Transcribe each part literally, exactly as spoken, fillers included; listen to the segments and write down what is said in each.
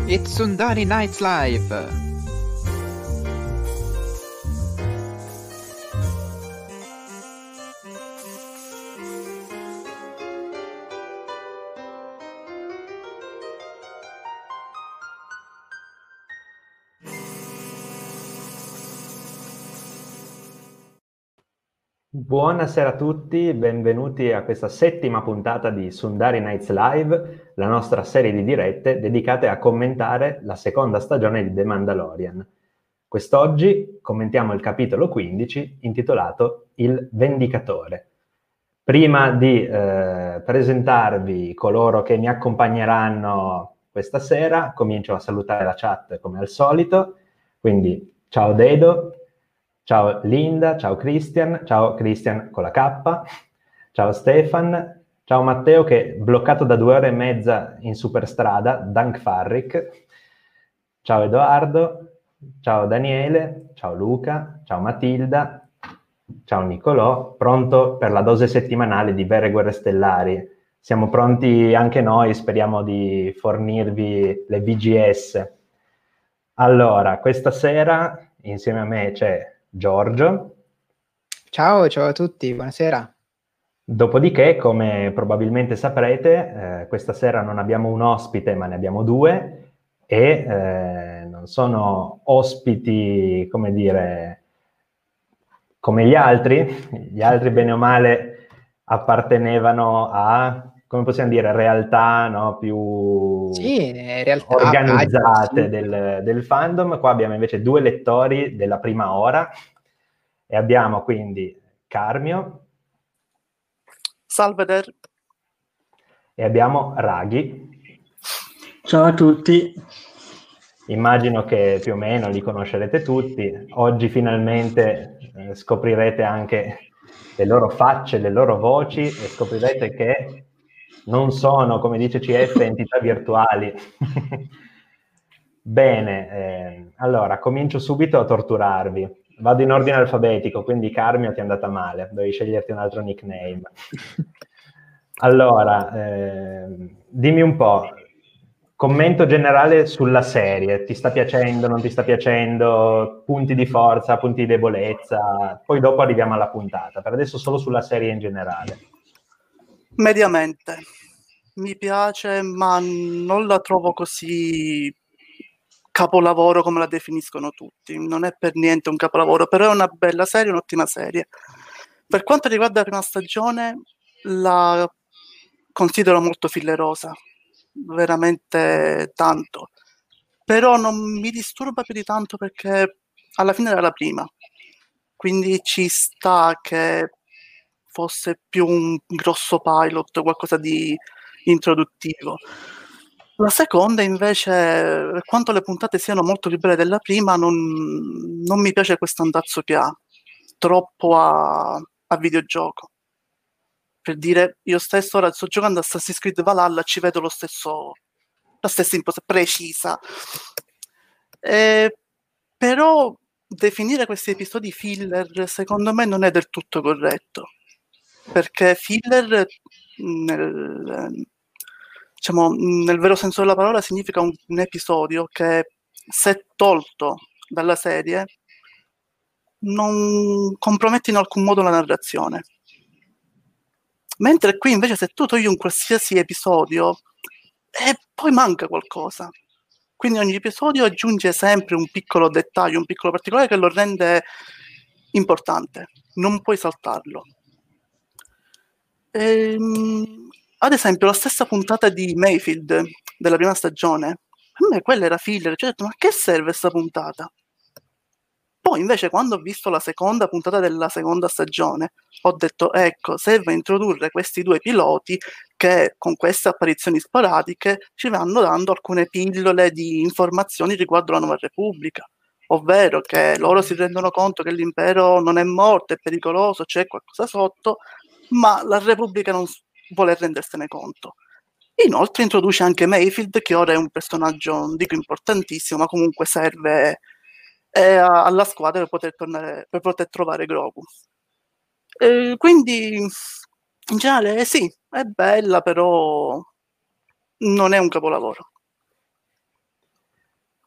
It's Sundari Nights Live! Buonasera a tutti, benvenuti a questa settima puntata di Sundari Nights Live, la nostra serie di dirette dedicate a commentare la seconda stagione di The Mandalorian. Quest'oggi commentiamo il capitolo quindici intitolato Il Vendicatore. Prima di eh, presentarvi coloro che mi accompagneranno questa sera, comincio a salutare la chat come al solito, quindi ciao Dedo. Ciao Linda, ciao Christian, ciao Christian con la K, ciao Stefan, ciao Matteo che è bloccato da due ore e mezza in superstrada, Dank Farrik, ciao Edoardo, ciao Daniele, ciao Luca, ciao Matilda, ciao Nicolò, pronto per la dose settimanale di Vere Guerre Stellari. Siamo pronti anche noi, speriamo di fornirvi le V G S. Allora, questa sera insieme a me c'è Giorgio. Ciao, ciao a tutti, buonasera. Dopodiché, come probabilmente saprete, eh, questa sera non abbiamo un ospite, ma ne abbiamo due, e eh, non sono ospiti, come dire, come gli altri. Gli altri, bene o male, appartenevano a, come possiamo dire, realtà, no, più sì, in realtà, organizzate sì. del, del fandom. Qua abbiamo invece due lettori della prima ora e abbiamo quindi Carmio. Salve Der. E abbiamo Raghi. Ciao a tutti. Immagino che più o meno li conoscerete tutti. Oggi finalmente eh, scoprirete anche le loro facce, le loro voci, e scoprirete che non sono, come dice C F, entità virtuali. Bene, eh, allora comincio subito a torturarvi. Vado in ordine alfabetico, quindi Carmio ti è andata male, devi sceglierti un altro nickname. Allora, eh, dimmi un po', commento generale sulla serie. Ti sta piacendo, non ti sta piacendo? Punti di forza, punti di debolezza? Poi dopo arriviamo alla puntata. Per adesso solo sulla serie in generale. Mediamente. Mi piace, ma non la trovo così capolavoro come la definiscono tutti. Non è per niente un capolavoro, però è una bella serie, un'ottima serie. Per quanto riguarda la prima stagione, la considero molto fillerosa, veramente tanto. Però non mi disturba più di tanto perché alla fine era la prima, quindi ci sta che fosse più un grosso pilot, qualcosa di introduttivo. La seconda invece, per quanto le puntate siano molto più belle della prima, non, non mi piace questo andazzo che ha, troppo a, a videogioco. Per dire, io stesso ora sto giocando a Assassin's Creed Valhalla, ci vedo lo stesso, la stessa imposta precisa. Eh, però definire questi episodi filler secondo me non è del tutto corretto, perché filler nel, diciamo, nel vero senso della parola significa un, un episodio che, se tolto dalla serie, non compromette in alcun modo la narrazione. Mentre qui invece se tu togli un qualsiasi episodio e poi manca qualcosa, quindi ogni episodio aggiunge sempre un piccolo dettaglio, un piccolo particolare che lo rende importante, non puoi saltarlo. Ehm, ad esempio la stessa puntata di Mayfield della prima stagione, a me quella era filler, cioè ho detto ma che serve questa puntata? Poi invece quando ho visto la seconda puntata della seconda stagione ho detto ecco, serve introdurre questi due piloti che con queste apparizioni sporadiche ci vanno dando alcune pillole di informazioni riguardo la Nuova Repubblica, ovvero che loro si rendono conto che l'impero non è morto, è pericoloso, c'è qualcosa sotto, ma la Repubblica non vuole rendersene conto. Inoltre introduce anche Mayfield, che ora è un personaggio, non dico importantissimo, ma comunque serve eh, alla squadra per poter tornare, per poter trovare Grogu. Eh, quindi in generale eh, sì, è bella, però non è un capolavoro.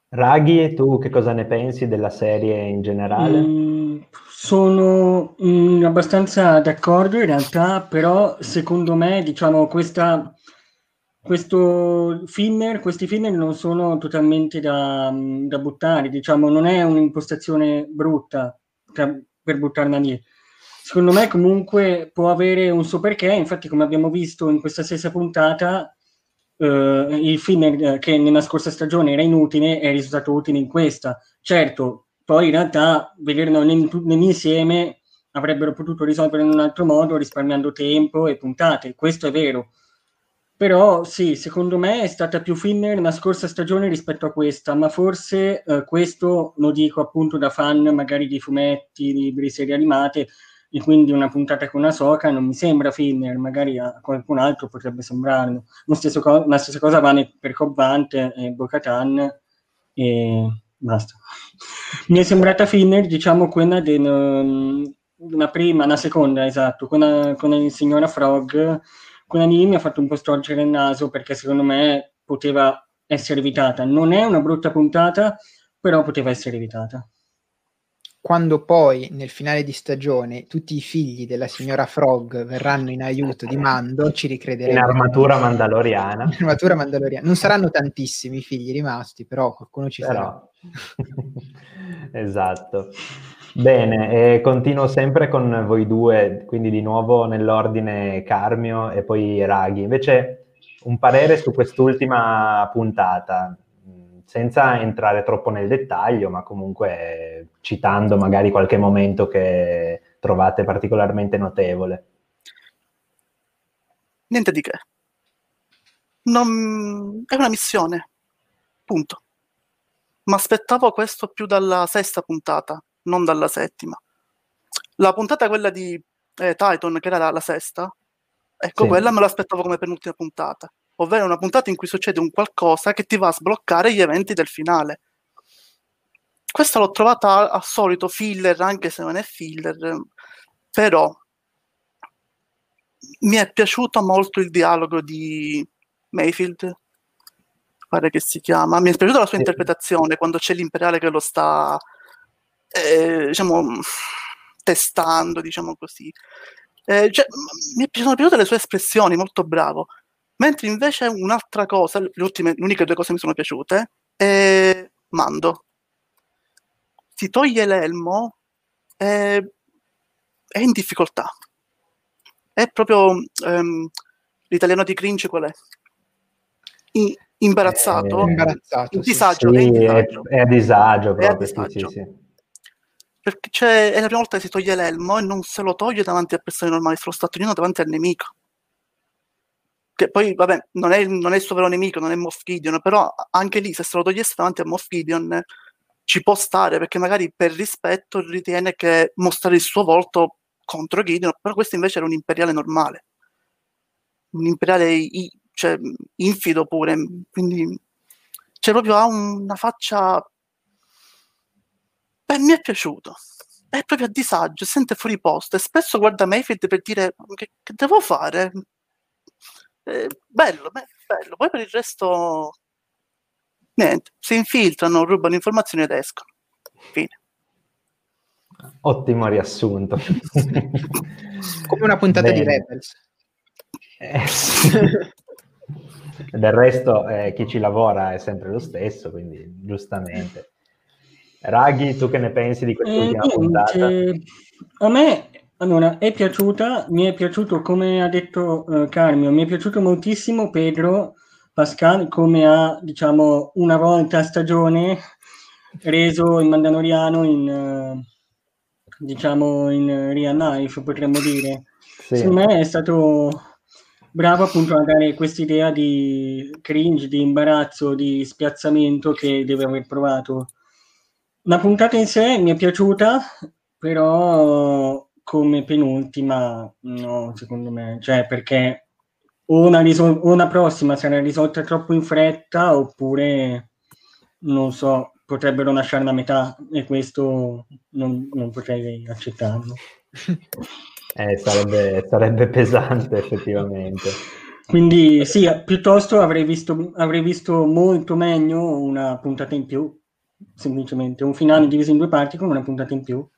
Raghi, tu che cosa ne pensi della serie in generale? Mm, sono mm, abbastanza d'accordo in realtà, però secondo me, diciamo, questa, questo filler, questi filler non sono totalmente da, mm, da buttare, diciamo, non è un'impostazione brutta tra- per buttarla lì. Secondo me comunque può avere un suo perché, infatti come abbiamo visto in questa stessa puntata, eh, il filler che nella scorsa stagione era inutile è risultato utile in questa. Certo, poi in realtà vederlo nell'insieme avrebbero potuto risolvere in un altro modo risparmiando tempo e puntate, questo è vero. Però sì, secondo me è stata più filler la scorsa stagione rispetto a questa, ma forse eh, questo lo dico appunto da fan magari di fumetti, libri, serie animate, e quindi una puntata con Ahsoka non mi sembra filler, magari a qualcun altro potrebbe sembrarlo. Lo stesso co- la stessa cosa vale per Cobb Vanth e Bo-Katan e basta. Mi è sembrata filler, diciamo, quella del, um, una prima, una seconda, esatto, quella con il signora Frog. Quella lì mi ha fatto un po' storcere il naso perché secondo me poteva essere evitata. Non è una brutta puntata, però poteva essere evitata. Quando poi nel finale di stagione tutti i figli della signora Frog verranno in aiuto di Mando, ci ricrederemo. In armatura mandaloriana. In armatura mandaloriana. Non saranno tantissimi i figli rimasti, però qualcuno ci Però. sarà. Esatto. Bene, e continuo sempre con voi due, quindi di nuovo nell'ordine Carmio e poi Raghi. Invece un parere su quest'ultima puntata, senza entrare troppo nel dettaglio, ma comunque citando magari qualche momento che trovate particolarmente notevole. Niente di che. Non... È una missione. Punto. Ma aspettavo questo più dalla sesta puntata, non dalla settima. La puntata quella di eh, Titan, che era la, la sesta, ecco, Sì. quella me l'aspettavo come penultima puntata, ovvero una puntata in cui succede un qualcosa che ti va a sbloccare gli eventi del finale. Questa l'ho trovata al solito filler, anche se non è filler, però mi è piaciuto molto il dialogo di Mayfield, pare che si chiama. Mi è piaciuta la sua Sì. interpretazione quando c'è l'imperiale che lo sta eh, diciamo testando, diciamo così. Eh, cioè, mi sono piaciute le sue espressioni, molto bravo. Mentre invece un'altra cosa, le ultime, le uniche due cose mi sono piaciute, è Mando. Si toglie l'elmo, è, è in difficoltà. È proprio ehm, l'italiano di cringe qual è? In, imbarazzato? Eh, imbarazzato, in sì. disagio, Sì, è in è, disagio. è a disagio È a proprio, disagio. sì, sì, sì. Perché c'è, è la prima volta che si toglie l'elmo e non se lo toglie davanti a persone normali, se lo sta togliendo davanti al nemico. Che poi, vabbè, non è, non è il suo vero nemico, non è Moff Gideon, però anche lì, se se lo togliesse davanti a Moff Gideon, ci può stare, perché magari per rispetto ritiene che mostrare il suo volto contro Gideon, però questo invece era un imperiale normale. Un imperiale i, cioè, infido pure, quindi cioè proprio ha una faccia... Beh, mi è piaciuto. È proprio a disagio, si sente fuori posto e spesso guarda Mayfield per dire che, che devo fare? Eh, bello, beh, bello. Poi per il resto niente, si infiltrano, rubano informazioni ed escono. Fine. Ottimo riassunto. Come una puntata Bene. di Rebels. Eh, sì. Del resto eh, chi ci lavora è sempre lo stesso, quindi giustamente. Raghi, tu che ne pensi di quest'ultima Eh, puntata? niente. A me allora è piaciuta, mi è piaciuto come ha detto eh, Carmio, mi è piaciuto moltissimo Pedro Pascal come ha, diciamo, una volta a stagione reso il Mandaloriano in, eh, diciamo, in real life, potremmo dire. Sì. Secondo me è stato bravo appunto a dare quest'idea di cringe, di imbarazzo, di spiazzamento che deve aver provato. La puntata in sé mi è piaciuta, però come penultima no, secondo me, cioè perché o una, risol- o una prossima sarà risolta troppo in fretta oppure non so, potrebbero lasciarla a metà e questo non, non potrei accettarlo. Eh, sarebbe, sarebbe pesante effettivamente. Quindi sì, piuttosto avrei visto, avrei visto molto meglio una puntata in più, semplicemente un finale diviso in due parti con una puntata in più.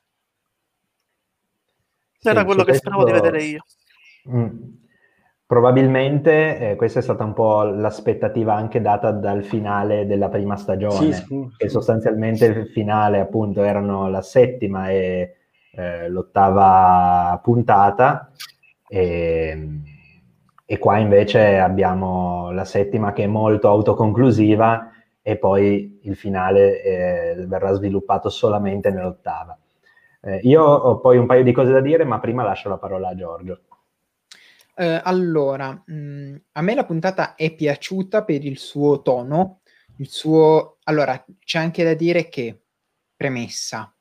Era Sì, quello che speravo di questo... vedere io. Mm. Probabilmente eh, questa è stata un po' l'aspettativa anche data dal finale della prima stagione, Sì, sì, che sì. sostanzialmente il finale appunto erano la settima e eh, l'ottava puntata, e, e qua invece abbiamo la settima che è molto autoconclusiva e poi il finale eh, verrà sviluppato solamente nell'ottava. Eh, io ho poi un paio di cose da dire, ma prima lascio la parola a Giorgio. Eh, allora, mh, a me la puntata è piaciuta per il suo tono, il suo... Allora, c'è anche da dire che, premessa,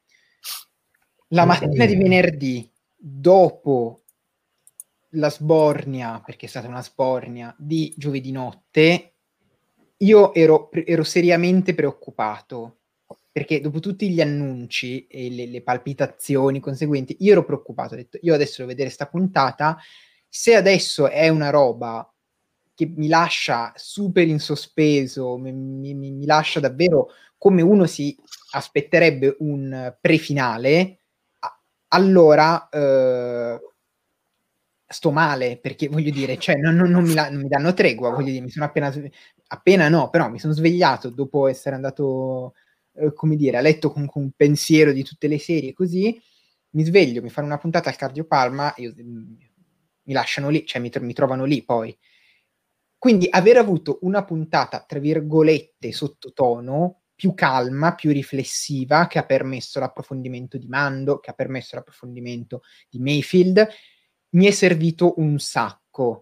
la mattina di venerdì, dopo la sbornia, perché è stata una sbornia, di giovedì notte, io ero, ero seriamente preoccupato, perché dopo tutti gli annunci e le, le palpitazioni conseguenti, io ero preoccupato, ho detto, io adesso devo vedere sta puntata, se adesso è una roba che mi lascia super in sospeso, mi, mi, mi lascia davvero come uno si aspetterebbe un pre-finale, allora eh, sto male, perché voglio dire, cioè, non, non, non, mi, la, non mi danno tregua, voglio dire, mi sono appena, appena no, però mi sono svegliato dopo essere andato, eh, come dire, a letto con, con un pensiero di tutte le serie, così, mi sveglio, mi fanno una puntata al Cardiopalma, io, mi lasciano lì, cioè mi, mi trovano lì poi. Quindi aver avuto una puntata, tra virgolette, sottotono, più calma, più riflessiva, che ha permesso l'approfondimento di Mando, che ha permesso l'approfondimento di Mayfield, mi è servito un sacco.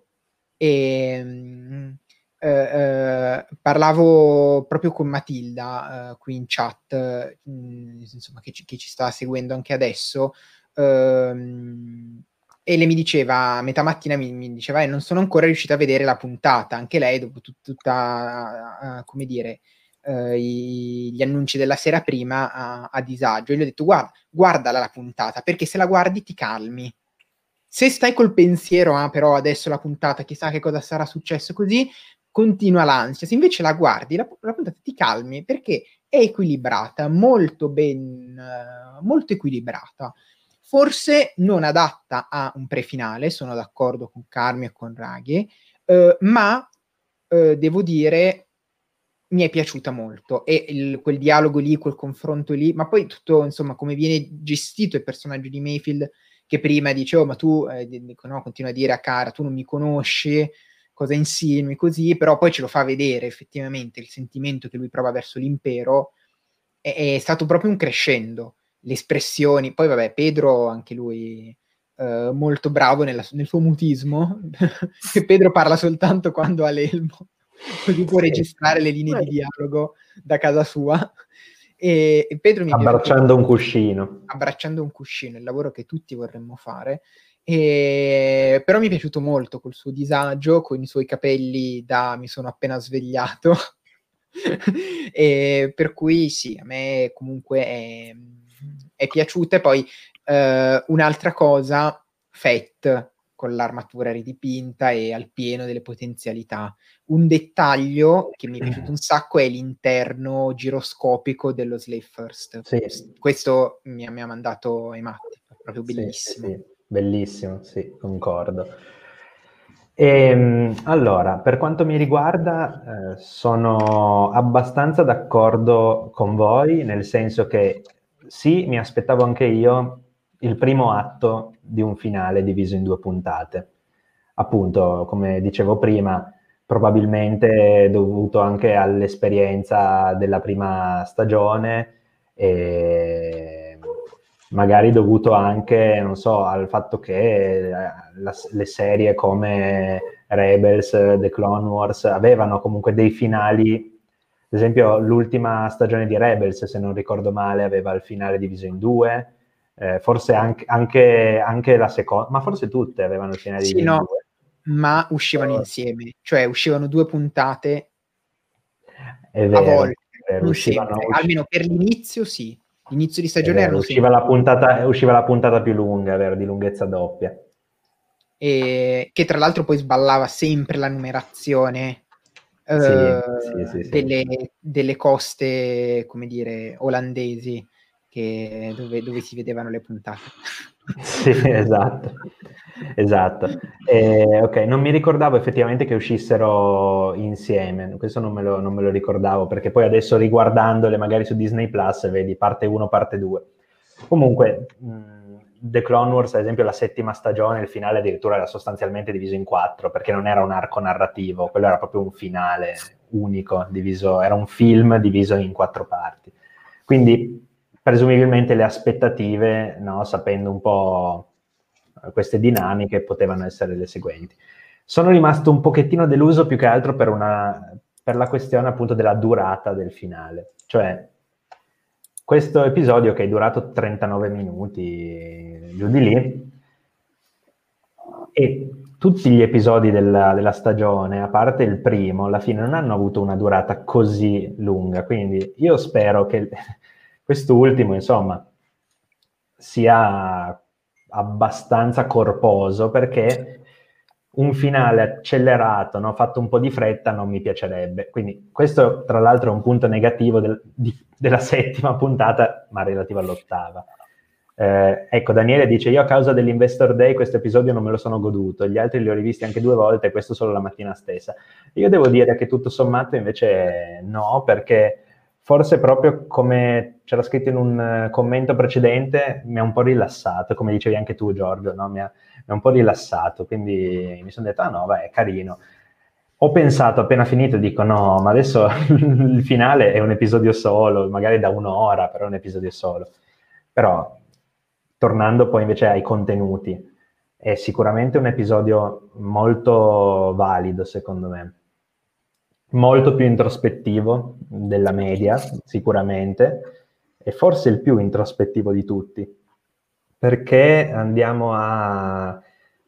E, eh, eh, parlavo proprio con Matilda eh, qui in chat, eh, insomma, che ci, che ci sta seguendo anche adesso, ehm, e lei mi diceva, a metà mattina mi, mi diceva, eh, non sono ancora riuscita a vedere la puntata, anche lei dopo tut, tutta, uh, come dire, uh, i, gli annunci della sera prima a, a disagio. E gli ho detto, guarda, guardala la puntata, perché se la guardi ti calmi. Se stai col pensiero, ah, però adesso la puntata, chissà che cosa sarà successo così, continua l'ansia. Se invece la guardi, la, la puntata ti calmi, perché è equilibrata, molto ben, uh, molto equilibrata. Forse non adatta a un prefinale, sono d'accordo con Carmi e con Raghi, eh, ma eh, devo dire mi è piaciuta molto, e il, quel dialogo lì, quel confronto lì, ma poi tutto, insomma, come viene gestito il personaggio di Mayfield, che prima dice, oh, ma tu, eh, no, continua a dire a Cara, tu non mi conosci, cosa insinui, così, però poi ce lo fa vedere effettivamente il sentimento che lui prova verso l'impero, è, è stato proprio un crescendo. Le espressioni, poi vabbè, Pedro anche lui eh, molto bravo nella, nel suo mutismo, che Pedro parla soltanto quando ha l'elmo, così può Sì. registrare le linee di dialogo da casa sua. E, e Pedro mi abbracciando un cuscino. Abbracciando un cuscino, il lavoro che tutti vorremmo fare. E, però mi è piaciuto molto col suo disagio, con i suoi capelli da mi sono appena svegliato. E per cui sì, a me comunque è, è piaciuta. E poi eh, un'altra cosa, Fett con l'armatura ridipinta e al pieno delle potenzialità. Un dettaglio che mi è piaciuto un sacco è l'interno giroscopico dello Slave First. Sì. Questo mi, mi ha mandato ai matti, proprio bellissimo. Sì, sì, bellissimo, sì, concordo. E, allora, per quanto mi riguarda, eh, sono abbastanza d'accordo con voi, nel senso che sì, mi aspettavo anche io il primo atto di un finale diviso in due puntate. Appunto, come dicevo prima, probabilmente dovuto anche all'esperienza della prima stagione e magari dovuto anche, non so, al fatto che la, le serie come Rebels, The Clone Wars avevano comunque dei finali. Ad esempio l'ultima stagione di Rebels, se non ricordo male, aveva il finale diviso in due, eh, forse anche, anche, anche la seconda, ma forse tutte avevano il finale sì, diviso no, in due. Ma uscivano oh. insieme, cioè uscivano due puntate È vero, a volte, è vero, non uscivano, sempre, usci- almeno per l'inizio sì, l'inizio di è stagione vero, erano usciva sempre, la puntata, usciva la puntata più lunga, è vero, di lunghezza doppia. e che tra l'altro poi sballava sempre la numerazione eh, sì, sì, sì, delle, sì. delle coste, come dire, olandesi, che, dove, dove si vedevano le puntate. Sì, esatto, esatto. Eh, ok, non mi ricordavo effettivamente che uscissero insieme, questo non me lo, non me lo ricordavo, perché poi adesso riguardandole magari su Disney Plus vedi parte uno, parte due. Comunque, mh, The Clone Wars, ad esempio, la settima stagione, il finale addirittura era sostanzialmente diviso in quattro, perché non era un arco narrativo, quello era proprio un finale unico, diviso, era un film diviso in quattro parti. Quindi presumibilmente le aspettative, no, sapendo un po' queste dinamiche, potevano essere le seguenti. Sono rimasto un pochettino deluso più che altro per, una, per la questione appunto della durata del finale. Cioè, questo episodio che è durato trentanove minuti, giù di lì, e tutti gli episodi della, della stagione, a parte il primo, alla fine non hanno avuto una durata così lunga. Quindi io spero che quest'ultimo, insomma, sia abbastanza corposo, perché un finale accelerato, no, fatto un po' di fretta, non mi piacerebbe. Quindi questo, tra l'altro, è un punto negativo del, di, della settima puntata, ma relativo all'ottava. Eh, ecco, Daniele dice: io a causa dell'Investor Day questo episodio non me lo sono goduto, gli altri li ho rivisti anche due volte, questo solo la mattina stessa. Io devo dire che tutto sommato invece no, perché forse proprio come c'era scritto in un commento precedente, mi ha un po' rilassato, come dicevi anche tu, Giorgio, no? mi, ha, mi ha un po' rilassato, quindi mi sono detto, ah no, vai, è carino. Ho pensato, appena finito, dico, no, ma adesso il finale è un episodio solo, magari da un'ora, però è un episodio solo. Però, tornando poi invece ai contenuti, è sicuramente un episodio molto valido, secondo me. Molto più introspettivo della media, sicuramente, e forse il più introspettivo di tutti, perché andiamo a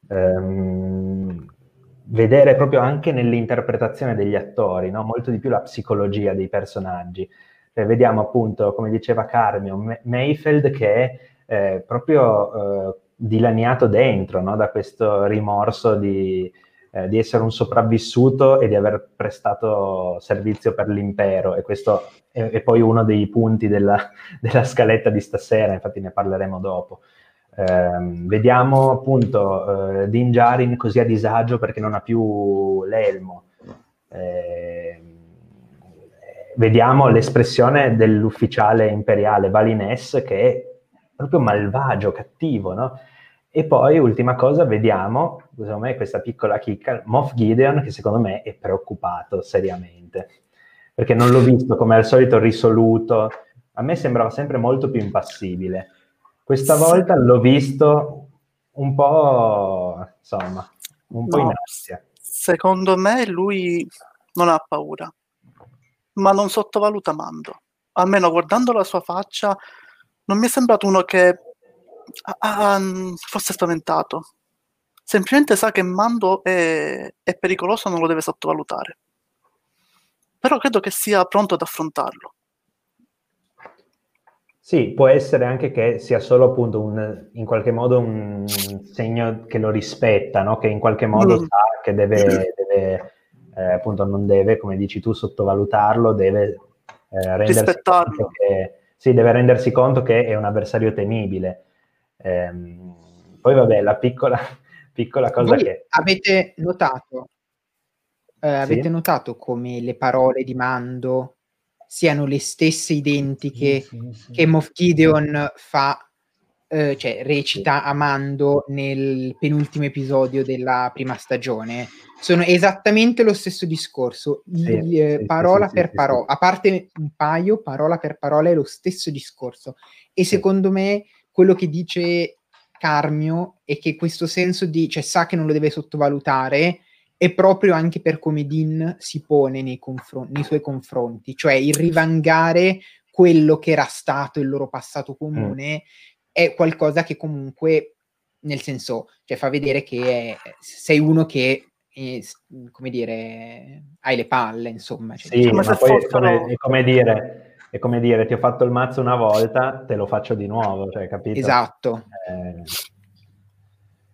ehm, vedere proprio anche nell'interpretazione degli attori, no? Molto di più la psicologia dei personaggi. Cioè, vediamo appunto, come diceva Carmio, Mayfeld che è eh, proprio eh, dilaniato dentro, no? Da questo rimorso di, eh, di essere un sopravvissuto e di aver prestato servizio per l'impero, e questo è, è poi uno dei punti della, della scaletta di stasera, infatti ne parleremo dopo. Eh, vediamo appunto eh, Din Djarin così a disagio perché non ha più l'elmo. Eh, vediamo l'espressione dell'ufficiale imperiale Valines che è proprio malvagio, cattivo, no? E poi, ultima cosa, vediamo, secondo me, questa piccola chicca, Moff Gideon, che secondo me è preoccupato seriamente, perché non l'ho visto come al solito risoluto, a me sembrava sempre molto più impassibile. Questa volta l'ho visto un po', insomma, un po' No, in ansia. secondo me lui non ha paura, ma non sottovaluta Mando. Almeno guardando la sua faccia, non mi è sembrato uno che ah, ah, fosse spaventato. Semplicemente sa che Mando è, è pericoloso, non lo deve sottovalutare. Però credo che sia pronto ad affrontarlo. Sì, può essere anche che sia solo appunto un, in qualche modo un segno che lo rispetta, no? Che in qualche modo Mm. sa che deve, deve eh, appunto non deve, come dici tu, sottovalutarlo, deve eh, rendersi conto che, sì, deve rendersi conto che è un avversario temibile. Ehm, poi vabbè, la piccola, piccola cosa Voi che... avete notato, eh, Sì? avete notato come le parole di Mando siano le stesse identiche Sì, sì, sì. che Moff Gideon fa, eh, cioè recita a Mando nel penultimo episodio della prima stagione? Sono esattamente lo stesso discorso, Sì, il, eh, sì, parola sì, per sì, parola, sì. a parte un paio, parola per parola è lo stesso discorso. E Sì. secondo me quello che dice Carmio è che questo senso di, cioè sa che non lo deve sottovalutare, è proprio anche per come Din si pone nei, confron- nei suoi confronti, cioè il rivangare quello che era stato il loro passato comune mm. è qualcosa che comunque, nel senso, cioè fa vedere che è, sei uno che è, come dire, hai le palle, insomma. Cioè, sì, diciamo, ma poi è come, è come dire, è come dire, ti ho fatto il mazzo una volta, te lo faccio di nuovo, cioè, capito? Esatto. Eh,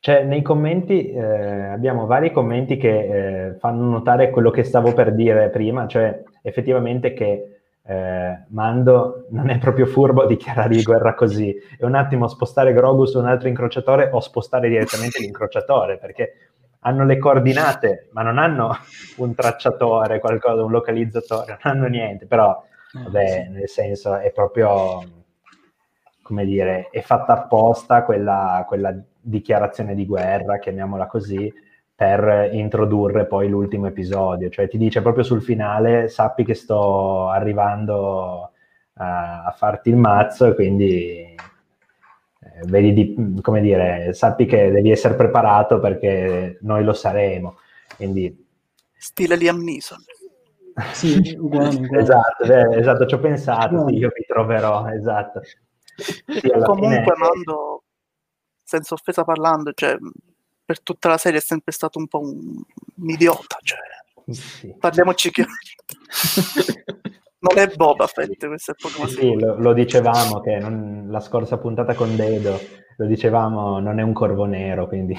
Cioè, nei commenti eh, abbiamo vari commenti che eh, fanno notare quello che stavo per dire prima, cioè effettivamente che eh, Mando non è proprio furbo a dichiarare guerra così, è un attimo spostare Grogu su un altro incrociatore o spostare direttamente l'incrociatore, perché hanno le coordinate, ma non hanno un tracciatore, qualcosa, un localizzatore, non hanno niente, però vabbè, nel senso è proprio, come dire, è fatta apposta quella, quella dichiarazione di guerra, chiamiamola così, per introdurre poi l'ultimo episodio, cioè ti dice proprio sul finale sappi che sto arrivando a, a farti il mazzo e quindi eh, vedi di, come dire, sappi che devi essere preparato perché noi lo saremo, quindi stile Liam Neeson. Sì, uguale, uguale. Esatto, eh, esatto, ci ho pensato, sì, io mi troverò, esatto. Sì, alla Comunque fine... Mando, senza offesa parlando, cioè, per tutta la serie è sempre stato un po' un, un idiota, cioè. Sì. Parliamoci chiaramente. Non è Boba Fett, questo è poco sì, sì, lo, lo dicevamo che non, la scorsa puntata con Dedo, lo dicevamo, non è un corvo nero, quindi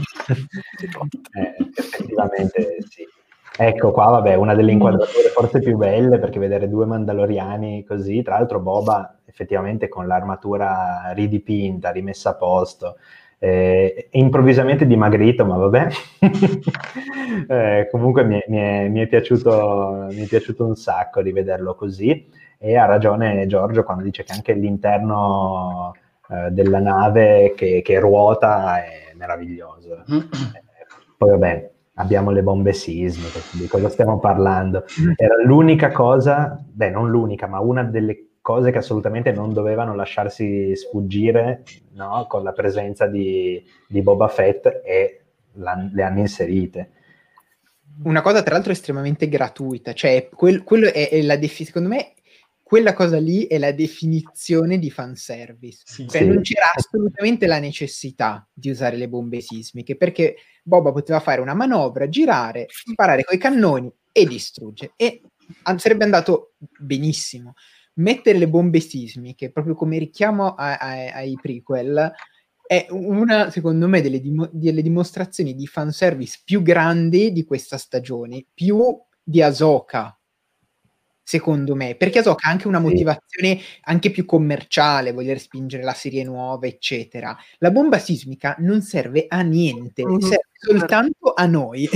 eh, effettivamente sì. Ecco qua, vabbè, una delle inquadrature forse più belle, perché vedere due Mandaloriani così, tra l'altro Boba effettivamente con l'armatura ridipinta, rimessa a posto, eh, improvvisamente dimagrito, ma vabbè. eh, comunque mi è, mi, è, mi, è piaciuto, mi è piaciuto un sacco di vederlo così, e ha ragione Giorgio quando dice che anche l'interno eh, della nave che, che ruota è meraviglioso. Eh, poi vabbè, abbiamo le bombe sismiche, di cosa stiamo parlando? Era l'unica cosa, beh non l'unica, ma una delle cose che assolutamente non dovevano lasciarsi sfuggire, no? Con la presenza di, di Boba Fett, e le hanno inserite. Una cosa tra l'altro estremamente gratuita, cioè quel, quello è, è la defi- secondo me quella cosa lì è la definizione di fanservice, Sì, cioè sì. non c'era assolutamente la necessità di usare le bombe sismiche, perché Boba poteva fare una manovra, girare, sparare coi cannoni e distruggere, e sarebbe andato benissimo. Mettere le bombe sismiche proprio come richiamo a, a, ai prequel è una, secondo me, delle, dim- delle dimostrazioni di fanservice più grandi di questa stagione, più di Ahsoka, secondo me, perché Ahsoka ha anche una motivazione anche più commerciale, voler spingere la serie nuova, eccetera. La bomba sismica non serve a niente, Mm-hmm. serve soltanto a noi.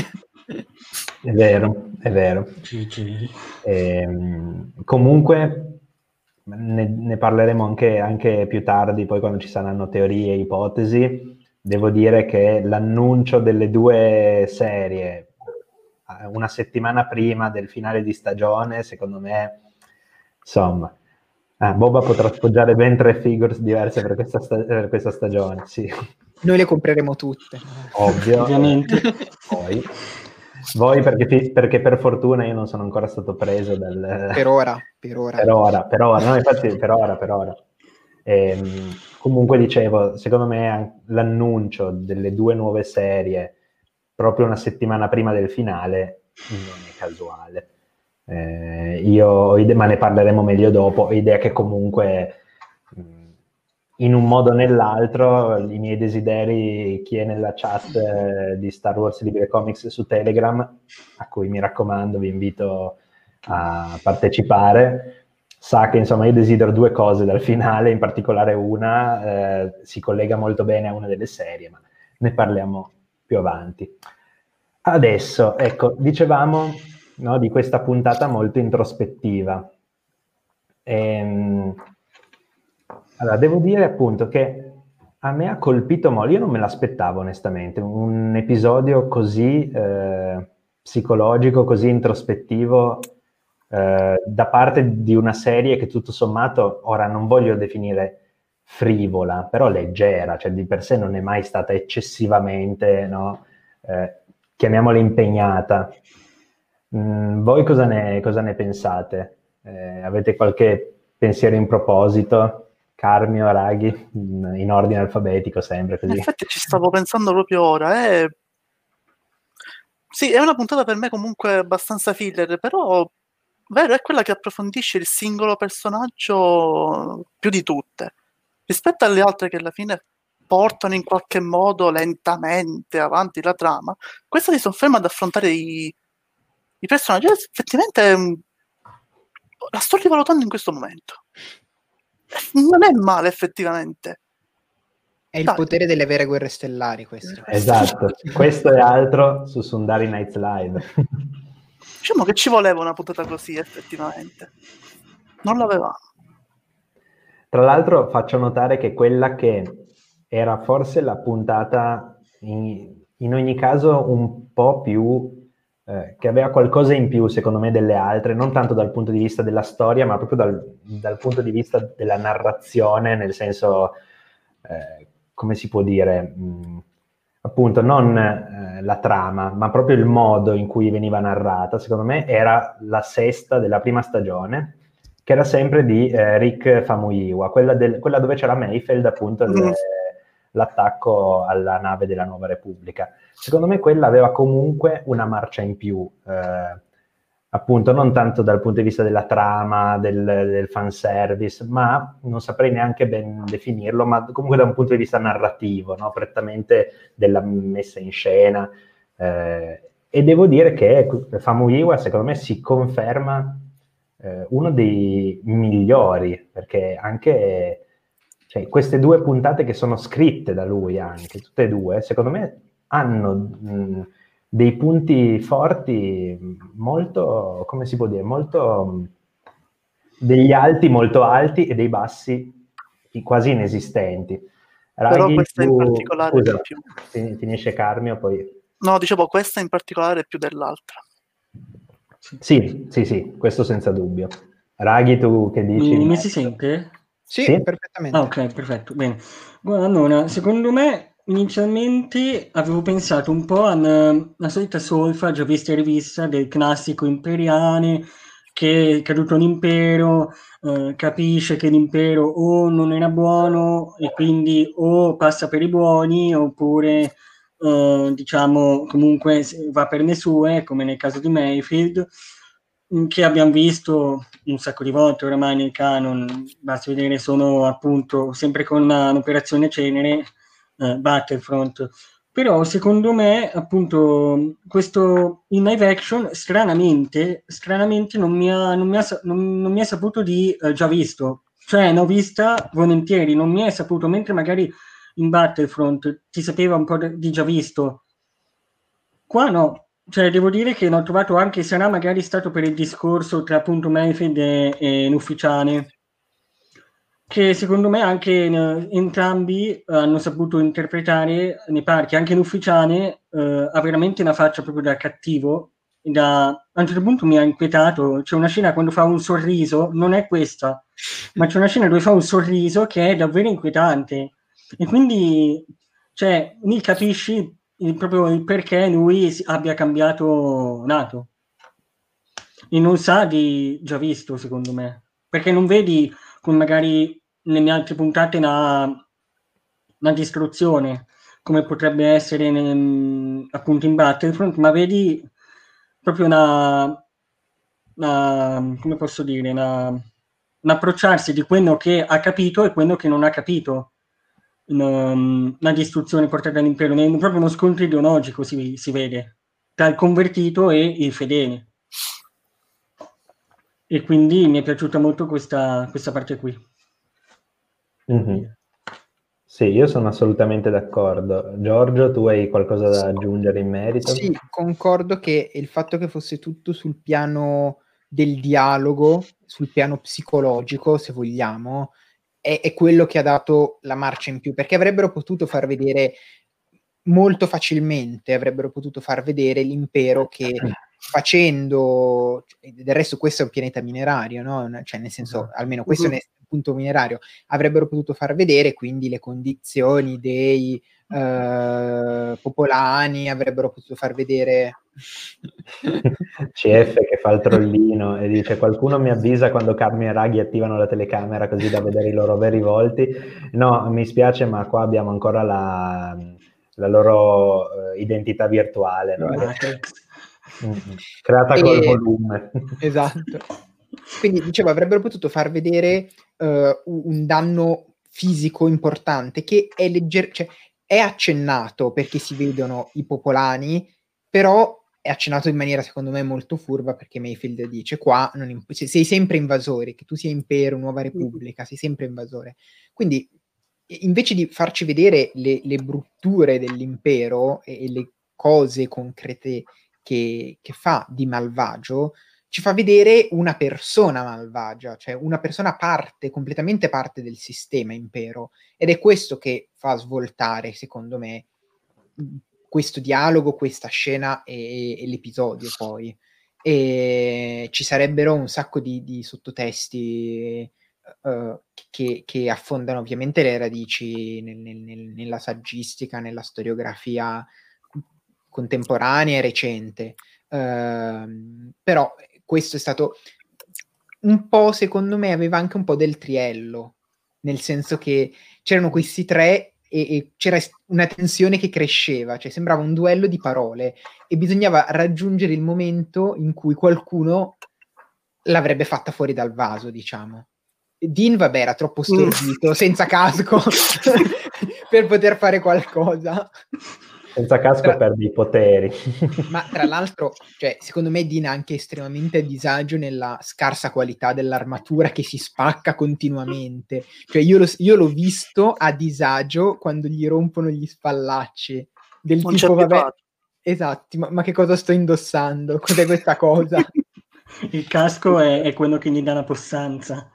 È vero, è vero. Sì, sì. E, comunque ne, ne parleremo anche, anche più tardi, poi quando ci saranno teorie e ipotesi. Devo dire che l'annuncio delle due serie una settimana prima del finale di stagione, secondo me, insomma, eh, Boba potrà appoggiare ben tre figures diverse per questa, sta- per questa stagione, sì. Noi le compreremo tutte. Ovvio. Ovviamente. Eh, poi. Voi perché, perché per fortuna io non sono ancora stato preso dal... Per ora, per ora. Per ora, per ora, no, infatti per ora, per ora. E, comunque dicevo, secondo me l'annuncio delle due nuove serie proprio una settimana prima del finale non è casuale. Eh, io ho idea, ma ne parleremo meglio dopo, ho idea che comunque in un modo o nell'altro i miei desideri, chi è nella chat eh, di Star Wars Libre Comics su Telegram, a cui mi raccomando vi invito a partecipare, sa che insomma io desidero due cose dal finale, in particolare una eh, si collega molto bene a una delle serie, ma ne parliamo più avanti. Adesso, ecco, dicevamo, no, di questa puntata molto introspettiva. Ehm, allora, devo dire appunto che a me ha colpito molto, io non me l'aspettavo onestamente, un episodio così eh, psicologico, così introspettivo eh, da parte di una serie che tutto sommato, ora non voglio definire frivola, però leggera, cioè di per sé non è mai stata eccessivamente, no, eh, chiamiamola impegnata. Mm, voi cosa ne, cosa ne pensate? Eh, avete qualche pensiero in proposito? Carmio, Raghi, in ordine alfabetico sempre così. In effetti ci stavo pensando proprio ora. È... Sì, è una puntata per me comunque abbastanza filler, però vero, è quella che approfondisce il singolo personaggio più di tutte. Rispetto alle altre che alla fine portano in qualche modo lentamente avanti la trama, questa si sofferma ad affrontare i, i personaggi. Effettivamente mh, la sto rivalutando in questo momento. Non è male, effettivamente. È il Dai. potere delle vere guerre stellari, questo. Esatto, questo è altro su Sundari Nights Live. Diciamo che ci voleva una puntata così, effettivamente. Non l'avevamo. Tra l'altro faccio notare che quella che era forse la puntata in, in ogni caso un po' più eh, che aveva qualcosa in più secondo me delle altre, non tanto dal punto di vista della storia ma proprio dal, dal punto di vista della narrazione, nel senso eh, come si può dire, mh, appunto non eh, la trama ma proprio il modo in cui veniva narrata. Secondo me era la sesta della prima stagione, che era sempre di eh, Rick Famuyiwa, quella, del, quella dove c'era Mayfield, appunto, Mm. le, l'attacco alla nave della Nuova Repubblica. Secondo me quella aveva comunque una marcia in più, eh, appunto, non tanto dal punto di vista della trama, del, del fanservice, ma non saprei neanche ben definirlo, ma comunque da un punto di vista narrativo, no? Prettamente della messa in scena. Eh, e devo dire che Famuyiwa, secondo me, si conferma eh, uno dei migliori, perché anche cioè, queste due puntate che sono scritte da lui, anche tutte e due, secondo me hanno mh, dei punti forti molto, come si può dire, molto mh, degli alti molto alti e dei bassi quasi inesistenti. Raghi, Però questa tu, in particolare scusa, è più. fin- finisce Carmio, poi... No, dicevo, questa in particolare è più dell'altra. Sì, sì, sì, questo senza dubbio. Raghi, tu che dici? Mi, mi si sente? Sì, Sì? perfettamente. Ah, ok, perfetto, bene. Guarda, allora, secondo me inizialmente avevo pensato un po' alla solita solfa già vista e rivista del classico imperiale che è caduto l'impero, eh, capisce che l'impero o non era buono e quindi o passa per i buoni oppure eh, diciamo comunque va per le sue, come nel caso di Mayfield, che abbiamo visto un sacco di volte oramai nel canon. Basta vedere solo appunto sempre con una, un'operazione Cenere, eh, Battlefront. Però secondo me appunto questo in live action stranamente, stranamente non mi ha, non mi ha, non, non mi è saputo di eh, già visto, cioè l'ho vista volentieri, non mi è saputo, mentre magari in Battlefront ti sapeva un po' di già visto, qua no. Cioè, devo dire che l'ho trovato anche, sarà magari stato per il discorso tra appunto Mayfield e, e l'ufficiale, che secondo me anche eh, entrambi hanno saputo interpretare nei parchi, anche l'ufficiale eh, ha veramente una faccia proprio da cattivo, da, a un certo punto mi ha inquietato, c'è una scena quando fa un sorriso, non è questa, ma c'è una scena dove fa un sorriso che è davvero inquietante, e quindi cioè, lì capisci il, proprio il perché lui abbia cambiato nato e non sa di già visto, secondo me, perché non vedi come magari nelle altre puntate una, una distruzione come potrebbe essere nel, appunto in Battlefront, ma vedi proprio una, una come posso dire, una, un approcciarsi di quello che ha capito e quello che non ha capito. Una, una distruzione portata dall'impero, proprio uno scontro ideologico si, si vede tra il convertito e il fedele, e quindi mi è piaciuta molto questa, questa parte qui. Mm-hmm. Sì, io sono assolutamente d'accordo. Giorgio, tu hai qualcosa da aggiungere in merito? Sì, concordo che il fatto che fosse tutto sul piano del dialogo, sul piano psicologico, se vogliamo, è, è quello che ha dato la marcia in più, perché avrebbero potuto far vedere molto facilmente, avrebbero potuto far vedere l'impero che facendo, del resto questo è un pianeta minerario, no? Cioè nel senso, almeno questo uh-huh. è un punto minerario, avrebbero potuto far vedere quindi le condizioni dei uh, popolani, avrebbero potuto far vedere C F che fa il trollino e dice: qualcuno mi avvisa quando Carmi e Raghi attivano la telecamera così da vedere i loro veri volti. No, mi spiace, ma qua abbiamo ancora la, la loro uh, identità virtuale, no? Mm-hmm. Creata e... col volume. Esatto. Quindi dicevo, avrebbero potuto far vedere uh, un danno fisico importante che è leggero, cioè è accennato perché si vedono i popolani, però è accennato in maniera secondo me molto furba, perché Mayfield dice qua non imp- sei sempre invasore, che tu sia impero, nuova repubblica, sei sempre invasore. Quindi invece di farci vedere le, le brutture dell'impero e, e le cose concrete che, che fa di malvagio, ci fa vedere una persona malvagia, cioè una persona parte, completamente parte del sistema impero, ed è questo che fa svoltare, secondo me, questo dialogo, questa scena e, e l'episodio poi. E ci sarebbero un sacco di, di sottotesti uh, che, che affondano ovviamente le radici nel, nel, nel, nella saggistica, nella storiografia contemporanea e recente. Uh, però questo è stato un po', secondo me, aveva anche un po' del triello, nel senso che c'erano questi tre e, e c'era una tensione che cresceva, cioè sembrava un duello di parole e bisognava raggiungere il momento in cui qualcuno l'avrebbe fatta fuori dal vaso, diciamo. Dean, vabbè, era troppo stordito, mm. senza casco, per poter fare qualcosa. Senza casco tra... perdi i poteri. Ma tra l'altro, cioè, secondo me Dean è anche estremamente a disagio nella scarsa qualità dell'armatura che si spacca continuamente. Cioè io, lo, io l'ho visto a disagio quando gli rompono gli spallacci. Del non tipo, vabbè, esatto, ma, ma che cosa sto indossando? Cos'è questa cosa? Il casco è, è quello che gli dà la possanza.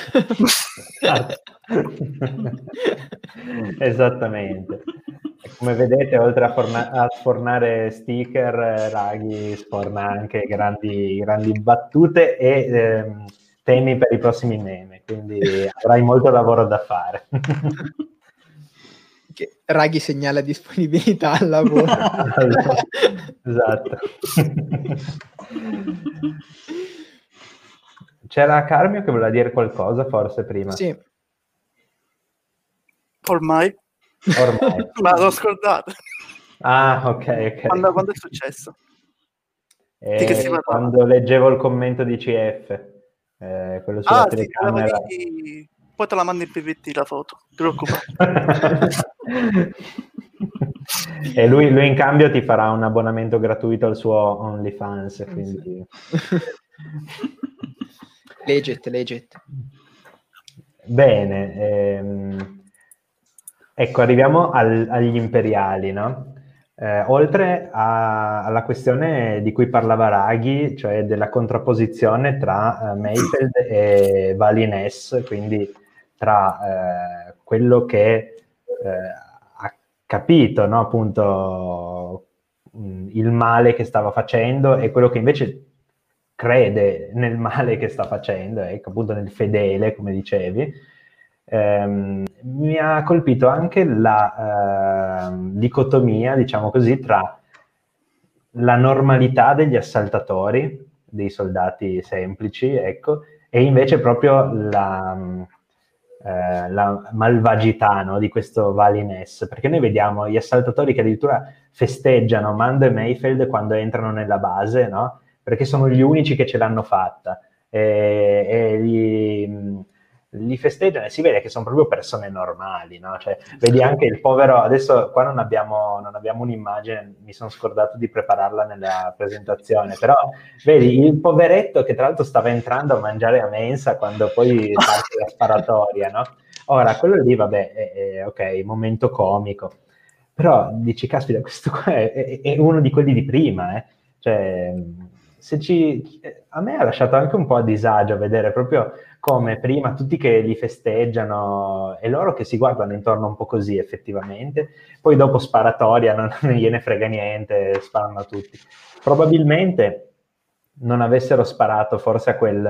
Esattamente. Come vedete, oltre a, forna- a sfornare sticker, Raghi sforna anche grandi, grandi battute e ehm, temi per i prossimi meme, quindi avrai molto lavoro da fare. Raghi segnala disponibilità al lavoro. Esatto. C'era Carmio che voleva dire qualcosa, forse, prima. Sì. Ormai. Ormai. Ma l'ho scordato. Ah, ok, ok. Quando, quando è successo? Eh, che si quando leggevo il commento di C F. Eh, quello sulla ah, telecamera. Sì, poi te la mando in P V T la foto, ti preoccupare. E lui, lui in cambio ti farà un abbonamento gratuito al suo OnlyFans, quindi... Legit, legit. Bene, ehm, ecco, arriviamo al, agli imperiali, no? Eh, oltre a, alla questione di cui parlava Raghi, cioè della contrapposizione tra uh, Mayfield e Valines, quindi tra eh, quello che eh, ha capito, no, appunto, mh, il male che stava facendo e quello che invece crede nel male che sta facendo, ecco, appunto nel fedele, come dicevi. Ehm, mi ha colpito anche la eh, dicotomia, diciamo così, tra la normalità degli assaltatori, dei soldati semplici, ecco, e invece proprio la, eh, la malvagità, no, di questo Valines, perché noi vediamo gli assaltatori che addirittura festeggiano Mando e Mayfield quando entrano nella base, no? Perché sono gli unici che ce l'hanno fatta e, e li, li festeggiano e si vede che sono proprio persone normali, no? Cioè, vedi anche il povero, adesso qua non abbiamo, non abbiamo un'immagine, mi sono scordato di prepararla nella presentazione, però vedi il poveretto che tra l'altro stava entrando a mangiare a mensa quando poi parte la sparatoria, no? Ora, quello lì, vabbè, è, è, ok, momento comico, però dici, caspita, questo qua è, è, è uno di quelli di prima, eh? Cioè... Se ci, a me ha lasciato anche un po' a disagio vedere proprio come prima tutti che li festeggiano e loro che si guardano intorno un po' così effettivamente, poi dopo sparatoria non, non gliene frega niente, sparano a tutti. Probabilmente non avessero sparato forse a quel,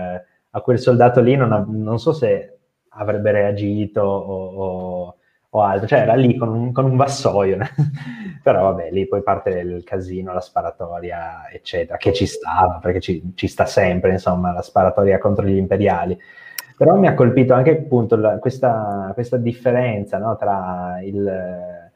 a quel soldato lì, non, non so se avrebbe reagito o, o, o altro, cioè era lì con un, con un vassoio, però vabbè, lì poi parte il casino, la sparatoria, eccetera, che ci stava, perché ci, ci sta sempre, insomma, la sparatoria contro gli imperiali. Però mi ha colpito anche appunto la, questa, questa differenza, no, tra il,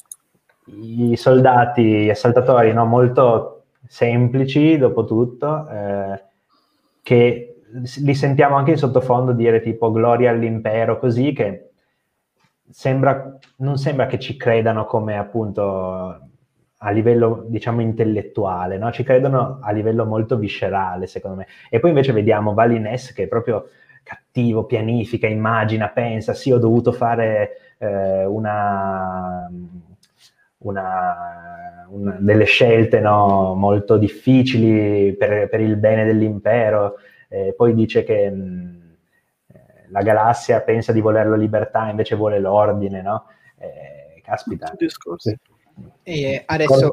i soldati, gli assaltatori, no, molto semplici, dopo tutto, eh, che li sentiamo anche in sottofondo dire tipo gloria all'impero, così, che sembra, non sembra che ci credano come appunto a livello, diciamo, intellettuale, no? Ci credono a livello molto viscerale, secondo me. E poi invece vediamo Vali Ness che è proprio cattivo, pianifica, immagina, pensa, sì, ho dovuto fare eh, una, una, una delle scelte, no, molto difficili per, per il bene dell'impero. Eh, poi dice che mh, la galassia pensa di voler la libertà, invece vuole l'ordine, no? Eh, caspita. Discorso. E adesso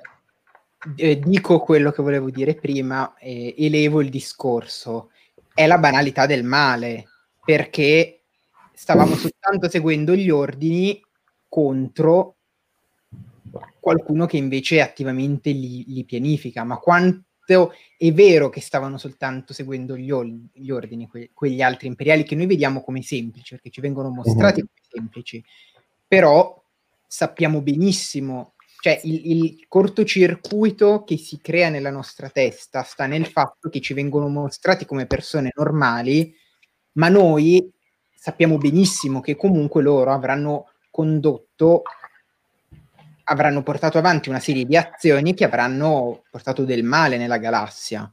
eh, dico quello che volevo dire prima, eh, elevo il discorso. È la banalità del male, perché stavamo soltanto seguendo gli ordini contro qualcuno che invece attivamente li, li pianifica. Ma quanto è vero che stavano soltanto seguendo gli, ol- gli ordini, que- quegli altri imperiali che noi vediamo come semplici, perché ci vengono mostrati mm-hmm. come semplici, però sappiamo benissimo, cioè il, il cortocircuito che si crea nella nostra testa sta nel fatto che ci vengono mostrati come persone normali, ma noi sappiamo benissimo che comunque loro avranno condotto, avranno portato avanti una serie di azioni che avranno portato del male nella galassia.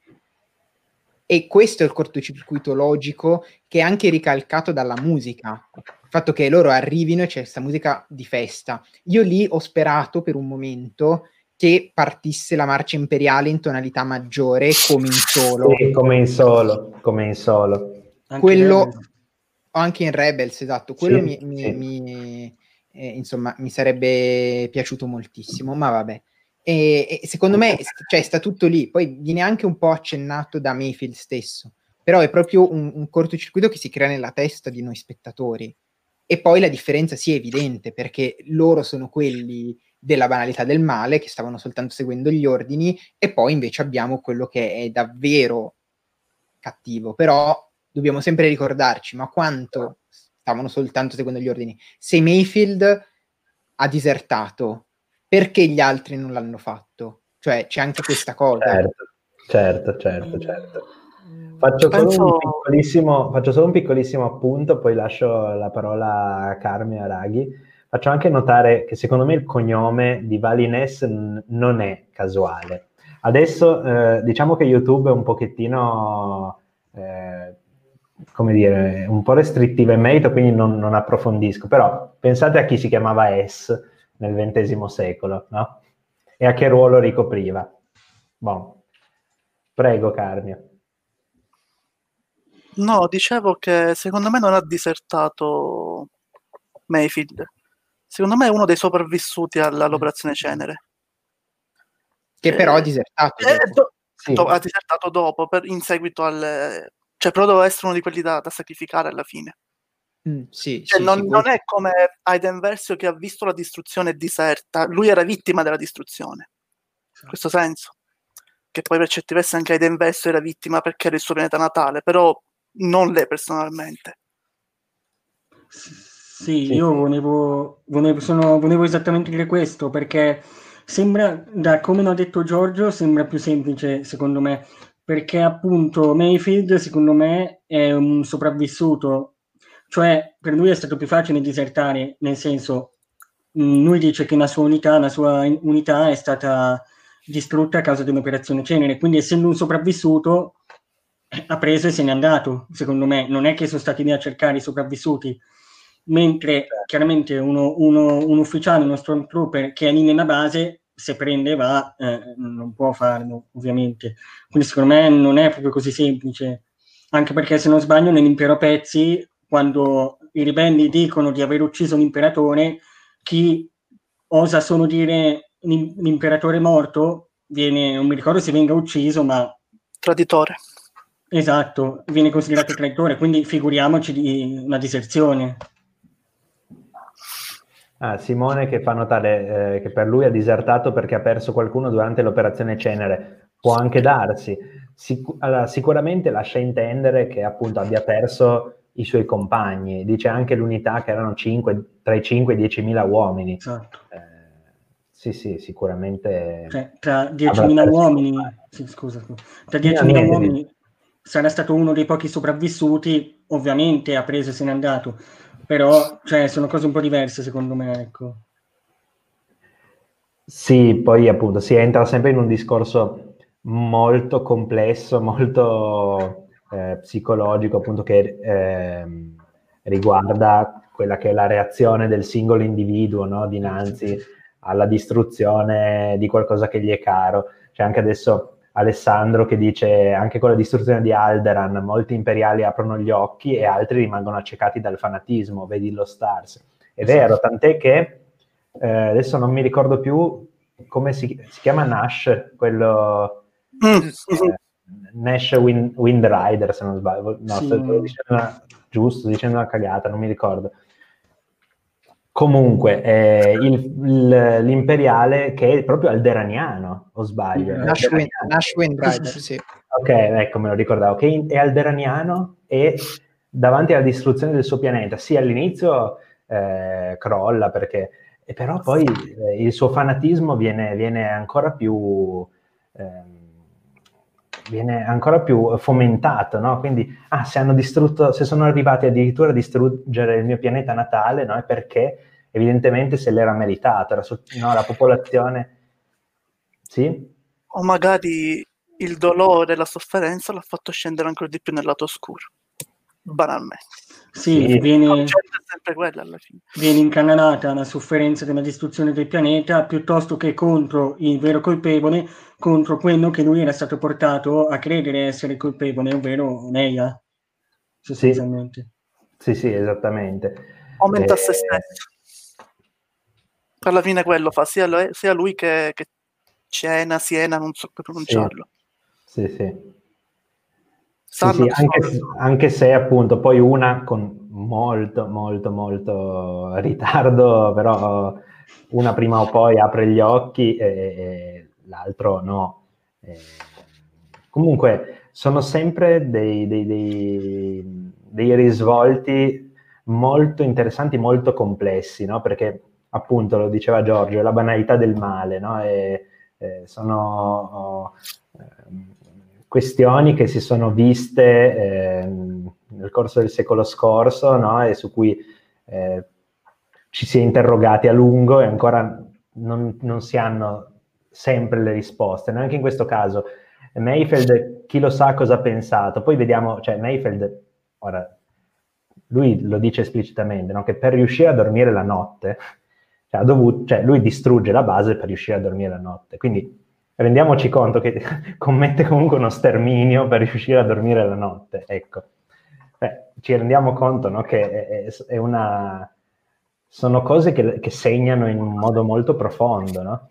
E questo è il cortocircuito logico che è anche ricalcato dalla musica. Il fatto che loro arrivino e c'è questa musica di festa. Io lì ho sperato per un momento che partisse la marcia imperiale in tonalità maggiore come in Solo. Sì, come in Solo, come in Solo. Anche Quello, Rebels. anche in Rebels, esatto, quello Sì, mi, mi, sì. mi eh, insomma, mi sarebbe piaciuto moltissimo, ma vabbè. E, e secondo me cioè, sta tutto lì, poi viene anche un po' accennato da Mayfield stesso, però è proprio un, un cortocircuito che si crea nella testa di noi spettatori. E poi la differenza sì è evidente, perché loro sono quelli della banalità del male, che stavano soltanto seguendo gli ordini, e poi invece abbiamo quello che è davvero cattivo. Però dobbiamo sempre ricordarci, ma quanto stavano soltanto seguendo gli ordini? Se Mayfield ha disertato, perché gli altri non l'hanno fatto? Cioè c'è anche questa cosa. Certo, certo, certo, certo. Faccio solo, Penso... un piccolissimo, faccio solo un piccolissimo appunto, poi lascio la parola a Carmi e a Raghi. Faccio anche notare che secondo me il cognome di Vali Ness n- non è casuale. Adesso eh, diciamo che YouTube è un pochettino, eh, come dire, un po' restrittivo in merito, quindi non, non approfondisco. Però pensate a chi si chiamava S nel ventesimo secolo, no? E a che ruolo ricopriva. Bon. Prego, Carmio. No, dicevo che secondo me non ha disertato Mayfield. Secondo me è uno dei sopravvissuti alla- all'operazione Cenere. Che però ha Eh, disertato eh, dopo. do- Sì. do- ha disertato dopo, per- in seguito al... Cioè, però doveva essere uno di quelli da, da sacrificare alla fine. Mm, sì, Cioè, sì, non, sì, non questo- è come Aiden Versio che ha visto la distruzione e diserta. Lui era vittima della distruzione. In questo senso. Che poi per certi versi anche Aiden Versio era vittima perché era il suo pianeta natale, però non lei personalmente. Sì, Sì. io volevo, volevo, sono- volevo esattamente dire questo, perché sembra, da come l'ha detto Giorgio, sembra più semplice secondo me, perché appunto Mayfield secondo me è un sopravvissuto, cioè per lui è stato più facile disertare, nel senso, mh, lui dice che la sua unità, la sua in- unità è stata distrutta a causa dell'operazione Cenere, quindi essendo un sopravvissuto ha preso e se n'è andato, secondo me, non è che sono stati lì a cercare i sopravvissuti, mentre chiaramente uno, uno, un ufficiale, uno stormtrooper che è lì nella base, se prende va, eh, non può farlo, ovviamente. Quindi secondo me non è proprio così semplice, anche perché se non sbaglio nell'impero Pezzi, quando i ribelli dicono di aver ucciso l'imperatore, chi osa solo dire l'im- l'imperatore morto, viene, non mi ricordo se venga ucciso, ma Traditore. esatto, viene considerato traitore, quindi figuriamoci di una diserzione. Ah, Simone che fa notare eh, che per lui ha disertato perché ha perso qualcuno durante l'operazione Cenere. Può anche darsi. Sic- allora, sicuramente lascia intendere che appunto abbia perso i suoi compagni. Dice anche l'unità che erano cinque, tra i cinque e i diecimila uomini. Esatto. Eh, sì, sì, sicuramente. Cioè, tra avrà diecimila perso i uomini, compagni. sì, scusa, scusa, tra No, diecimila niente, uomini sarà stato uno dei pochi sopravvissuti, ovviamente ha preso e se n'è andato, però cioè, sono cose un po' diverse secondo me, ecco. Sì, poi appunto si entra sempre in un discorso molto complesso, molto eh, psicologico, appunto, che eh, riguarda quella che è la reazione del singolo individuo, no? Dinanzi alla distruzione di qualcosa che gli è caro. C'è anche adesso Alessandro che dice anche con la distruzione di Alderaan molti imperiali aprono gli occhi e altri rimangono accecati dal fanatismo, vedi lo Stars. È vero, tant'è che eh, adesso non mi ricordo più come si, si chiama Nash, quello Mm. eh, Nash Wind, Wind Rider, se non sbaglio, no, Sì. sto dicendo una, giusto, dicendo una cagata, non mi ricordo. Comunque, eh, il, il, l'imperiale che è proprio alderaniano, o sbaglio? Mm. Nash Wind, Nash Wind Rider, sì. Ok, ecco, me lo ricordavo, che è alderaniano e davanti alla distruzione del suo pianeta, sì, all'inizio eh, crolla, perché, e però poi eh, il suo fanatismo viene, viene ancora più... Eh, viene ancora più fomentato, no? Quindi, ah, se hanno distrutto, se sono arrivati addirittura a distruggere il mio pianeta natale, no? È perché evidentemente se l'era meritato, era su, no, la popolazione... Sì? O magari il dolore e la sofferenza l'ha fatto scendere ancora di più nel lato oscuro, banalmente. Sì, Sì. viene, Il concetto è sempre quello alla fine. viene incanalata la sofferenza della distruzione del pianeta piuttosto che contro il vero colpevole, contro quello che lui era stato portato a credere essere colpevole, ovvero Leia, sostanzialmente. Sì, sì, esattamente. Aumenta Eh, se stesso. Alla fine quello fa sia lui, sia lui che, che Cena, Siena, non so come pronunciarlo. Sì, sì. Sì. Sì, Sanno sì, che anche, sono... anche se appunto poi una con molto, molto, molto ritardo, però una prima o poi apre gli occhi e, e l'altro no. E, comunque sono sempre dei, dei, dei, dei risvolti molto interessanti, molto complessi, no? Perché appunto, lo diceva Giorgio, la banalità del male, no? E, e sono... Oh, ehm, questioni che si sono viste eh, nel corso del secolo scorso, no? E su cui eh, ci si è interrogati a lungo e ancora non, non si hanno sempre le risposte. Anche in questo caso Mayfeld chi lo sa cosa ha pensato, poi vediamo, cioè Mayfeld, ora, lui lo dice esplicitamente, no? Che per riuscire a dormire la notte, cioè, ha dovuto, cioè lui distrugge la base per riuscire a dormire la notte, quindi rendiamoci conto che commette comunque uno sterminio per riuscire a dormire la notte, ecco. Eh, ci rendiamo conto, no, che è, è una... sono cose che, che segnano in un modo molto profondo, no?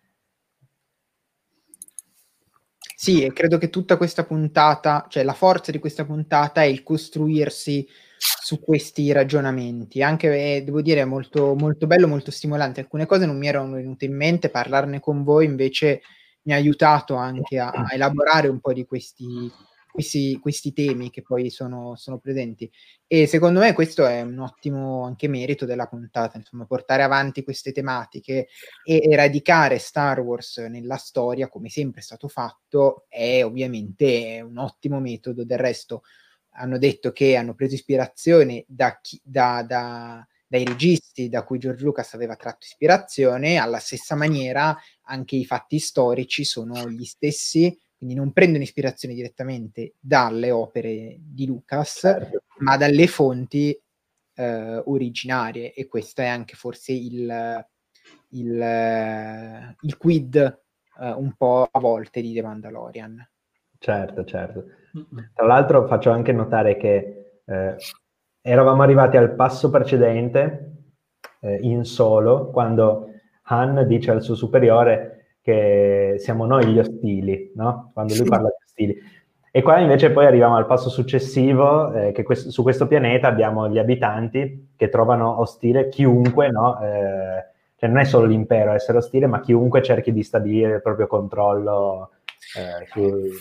Sì, e credo che tutta questa puntata, cioè la forza di questa puntata è il costruirsi su questi ragionamenti, anche, eh, devo dire, molto, molto bello, molto stimolante. Alcune cose non mi erano venute in mente, parlarne con voi invece mi ha aiutato anche a, a elaborare un po' di questi, questi, questi temi che poi sono, sono presenti. E secondo me questo è un ottimo anche merito della puntata, insomma, portare avanti queste tematiche e, e radicare Star Wars nella storia, come sempre è stato fatto, è ovviamente un ottimo metodo. Del resto hanno detto che hanno preso ispirazione da chi, da, da, dai registi da cui George Lucas aveva tratto ispirazione. Alla stessa maniera anche i fatti storici sono gli stessi, quindi non prendono ispirazione direttamente dalle opere di Lucas, Certo. ma dalle fonti eh, originarie, e questo è anche forse il, il, il quid eh, un po' a volte di The Mandalorian. Certo, certo. Tra l'altro faccio anche notare che eh, eravamo arrivati al passo precedente eh, in Solo, quando Han dice al suo superiore che siamo noi gli ostili, no? Quando lui parla di ostili. E qua invece poi arriviamo al passo successivo, eh, che questo, su questo pianeta abbiamo gli abitanti che trovano ostile chiunque, no? Eh, cioè non è solo l'impero a essere ostile, ma chiunque cerchi di stabilire il proprio controllo eh, su...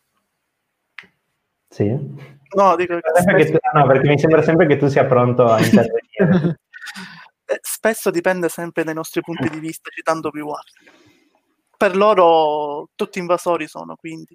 Sì? No, dico che Perché tu, no, perché mi sembra sempre che tu sia pronto a intervenire. spesso dipende sempre dai nostri punti di vista, citando più altri. Per loro tutti invasori sono, quindi.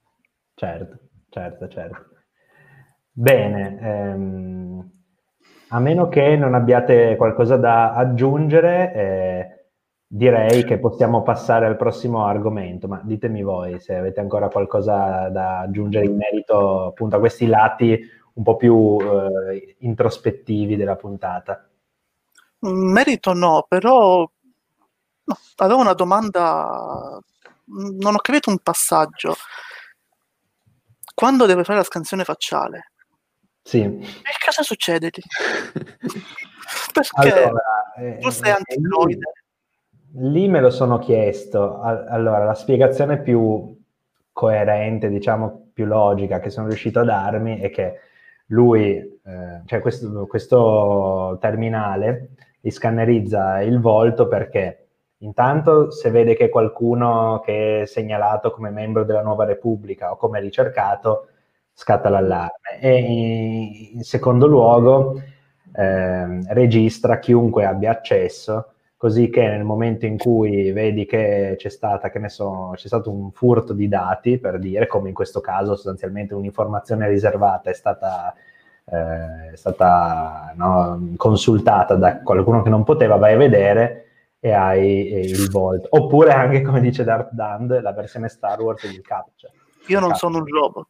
Certo, certo, certo. Bene, ehm, a meno che non abbiate qualcosa da aggiungere, eh, direi che possiamo passare al prossimo argomento, ma ditemi voi se avete ancora qualcosa da aggiungere in merito appunto a questi lati un po' più eh, introspettivi della puntata. Merito no, però no, avevo una domanda, non ho capito un passaggio. Quando deve fare la scansione facciale? Sì. Che cosa succede lì? Perché Allora, eh, tu sei antidroide? Lì, lì me lo sono chiesto. Allora, la spiegazione più coerente, diciamo più logica che sono riuscito a darmi è che lui, eh, cioè questo, questo terminale, gli scannerizza il volto perché intanto se vede che qualcuno che è segnalato come membro della Nuova Repubblica o come ricercato, scatta l'allarme. E in, in secondo luogo eh, registra chiunque abbia accesso, così che nel momento in cui vedi che c'è stata, che ne so, c'è stato un furto di dati, per dire, come in questo caso sostanzialmente un'informazione riservata è stata, eh, è stata no, consultata da qualcuno che non poteva, vai a vedere e hai eh, il volto. Oppure anche, come dice Darth Dand, la versione Star Wars del captcha. Io non captcha. sono un robot.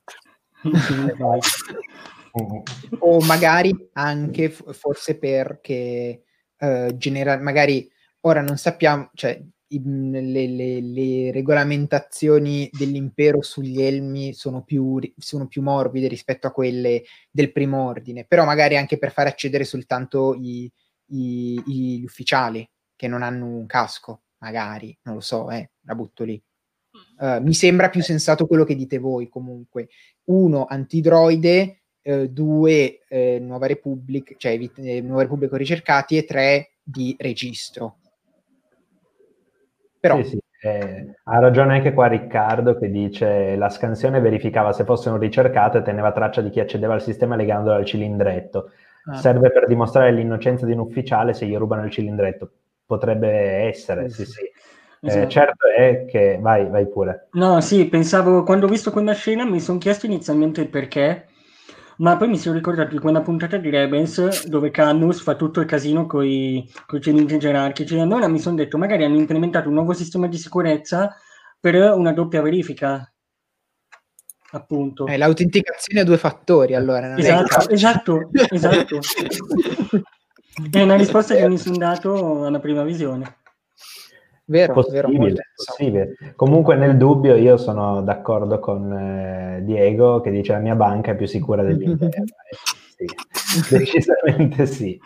O magari anche forse perché eh, genera- magari ora non sappiamo, cioè i, le, le, le regolamentazioni dell'impero sugli elmi sono più, sono più morbide rispetto a quelle del primo ordine, però magari anche per far accedere soltanto i, i, gli ufficiali che non hanno un casco, magari, non lo so, eh, la butto lì. Uh, mi sembra più sensato quello che dite voi comunque. Uno, antidroide, eh, due, eh, Nuova Repubblica, cioè eh, Nuova Repubblica ricercati, e tre di registro. Però... Sì, sì. Eh, ha ragione anche qua Riccardo che dice la scansione verificava se fosse un ricercato e teneva traccia di chi accedeva al sistema legandolo al cilindretto. Ah. Serve per dimostrare l'innocenza di un ufficiale se gli rubano il cilindretto. Potrebbe essere, sì, sì. sì. Esatto. Eh, certo è che... Vai, vai pure. No, sì, pensavo, quando ho visto quella scena mi sono chiesto inizialmente il perché, ma poi mi sono ricordato di quella puntata di Rebels dove Cannus fa tutto il casino con i cilindri gerarchici, e allora mi sono detto magari hanno implementato un nuovo sistema di sicurezza per una doppia verifica, appunto. Eh, l'autenticazione a due fattori, allora. Non esatto, è esatto, esatto. È una risposta che mi sono dato alla prima visione. Vero, possibile, vero, molto possibile. Comunque nel dubbio io sono d'accordo con eh, Diego che dice la mia banca è più sicura dell'Inghilterra. Sì, decisamente sì.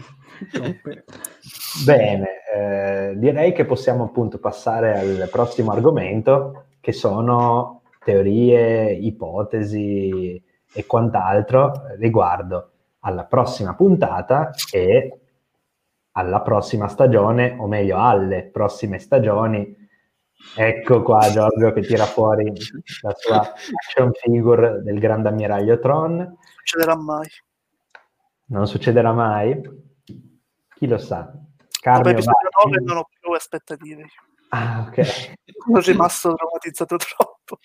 Bene, eh, direi che possiamo appunto passare al prossimo argomento, che sono teorie, ipotesi e quant'altro riguardo alla prossima puntata e alla prossima stagione, o meglio alle prossime stagioni. Ecco qua Giorgio che tira fuori la sua action figure del grande ammiraglio Tron. Non succederà mai. Non succederà mai? Chi lo sa? Dopo episodio nove non ho più aspettative. Ah, ok. Sono rimasto traumatizzato troppo.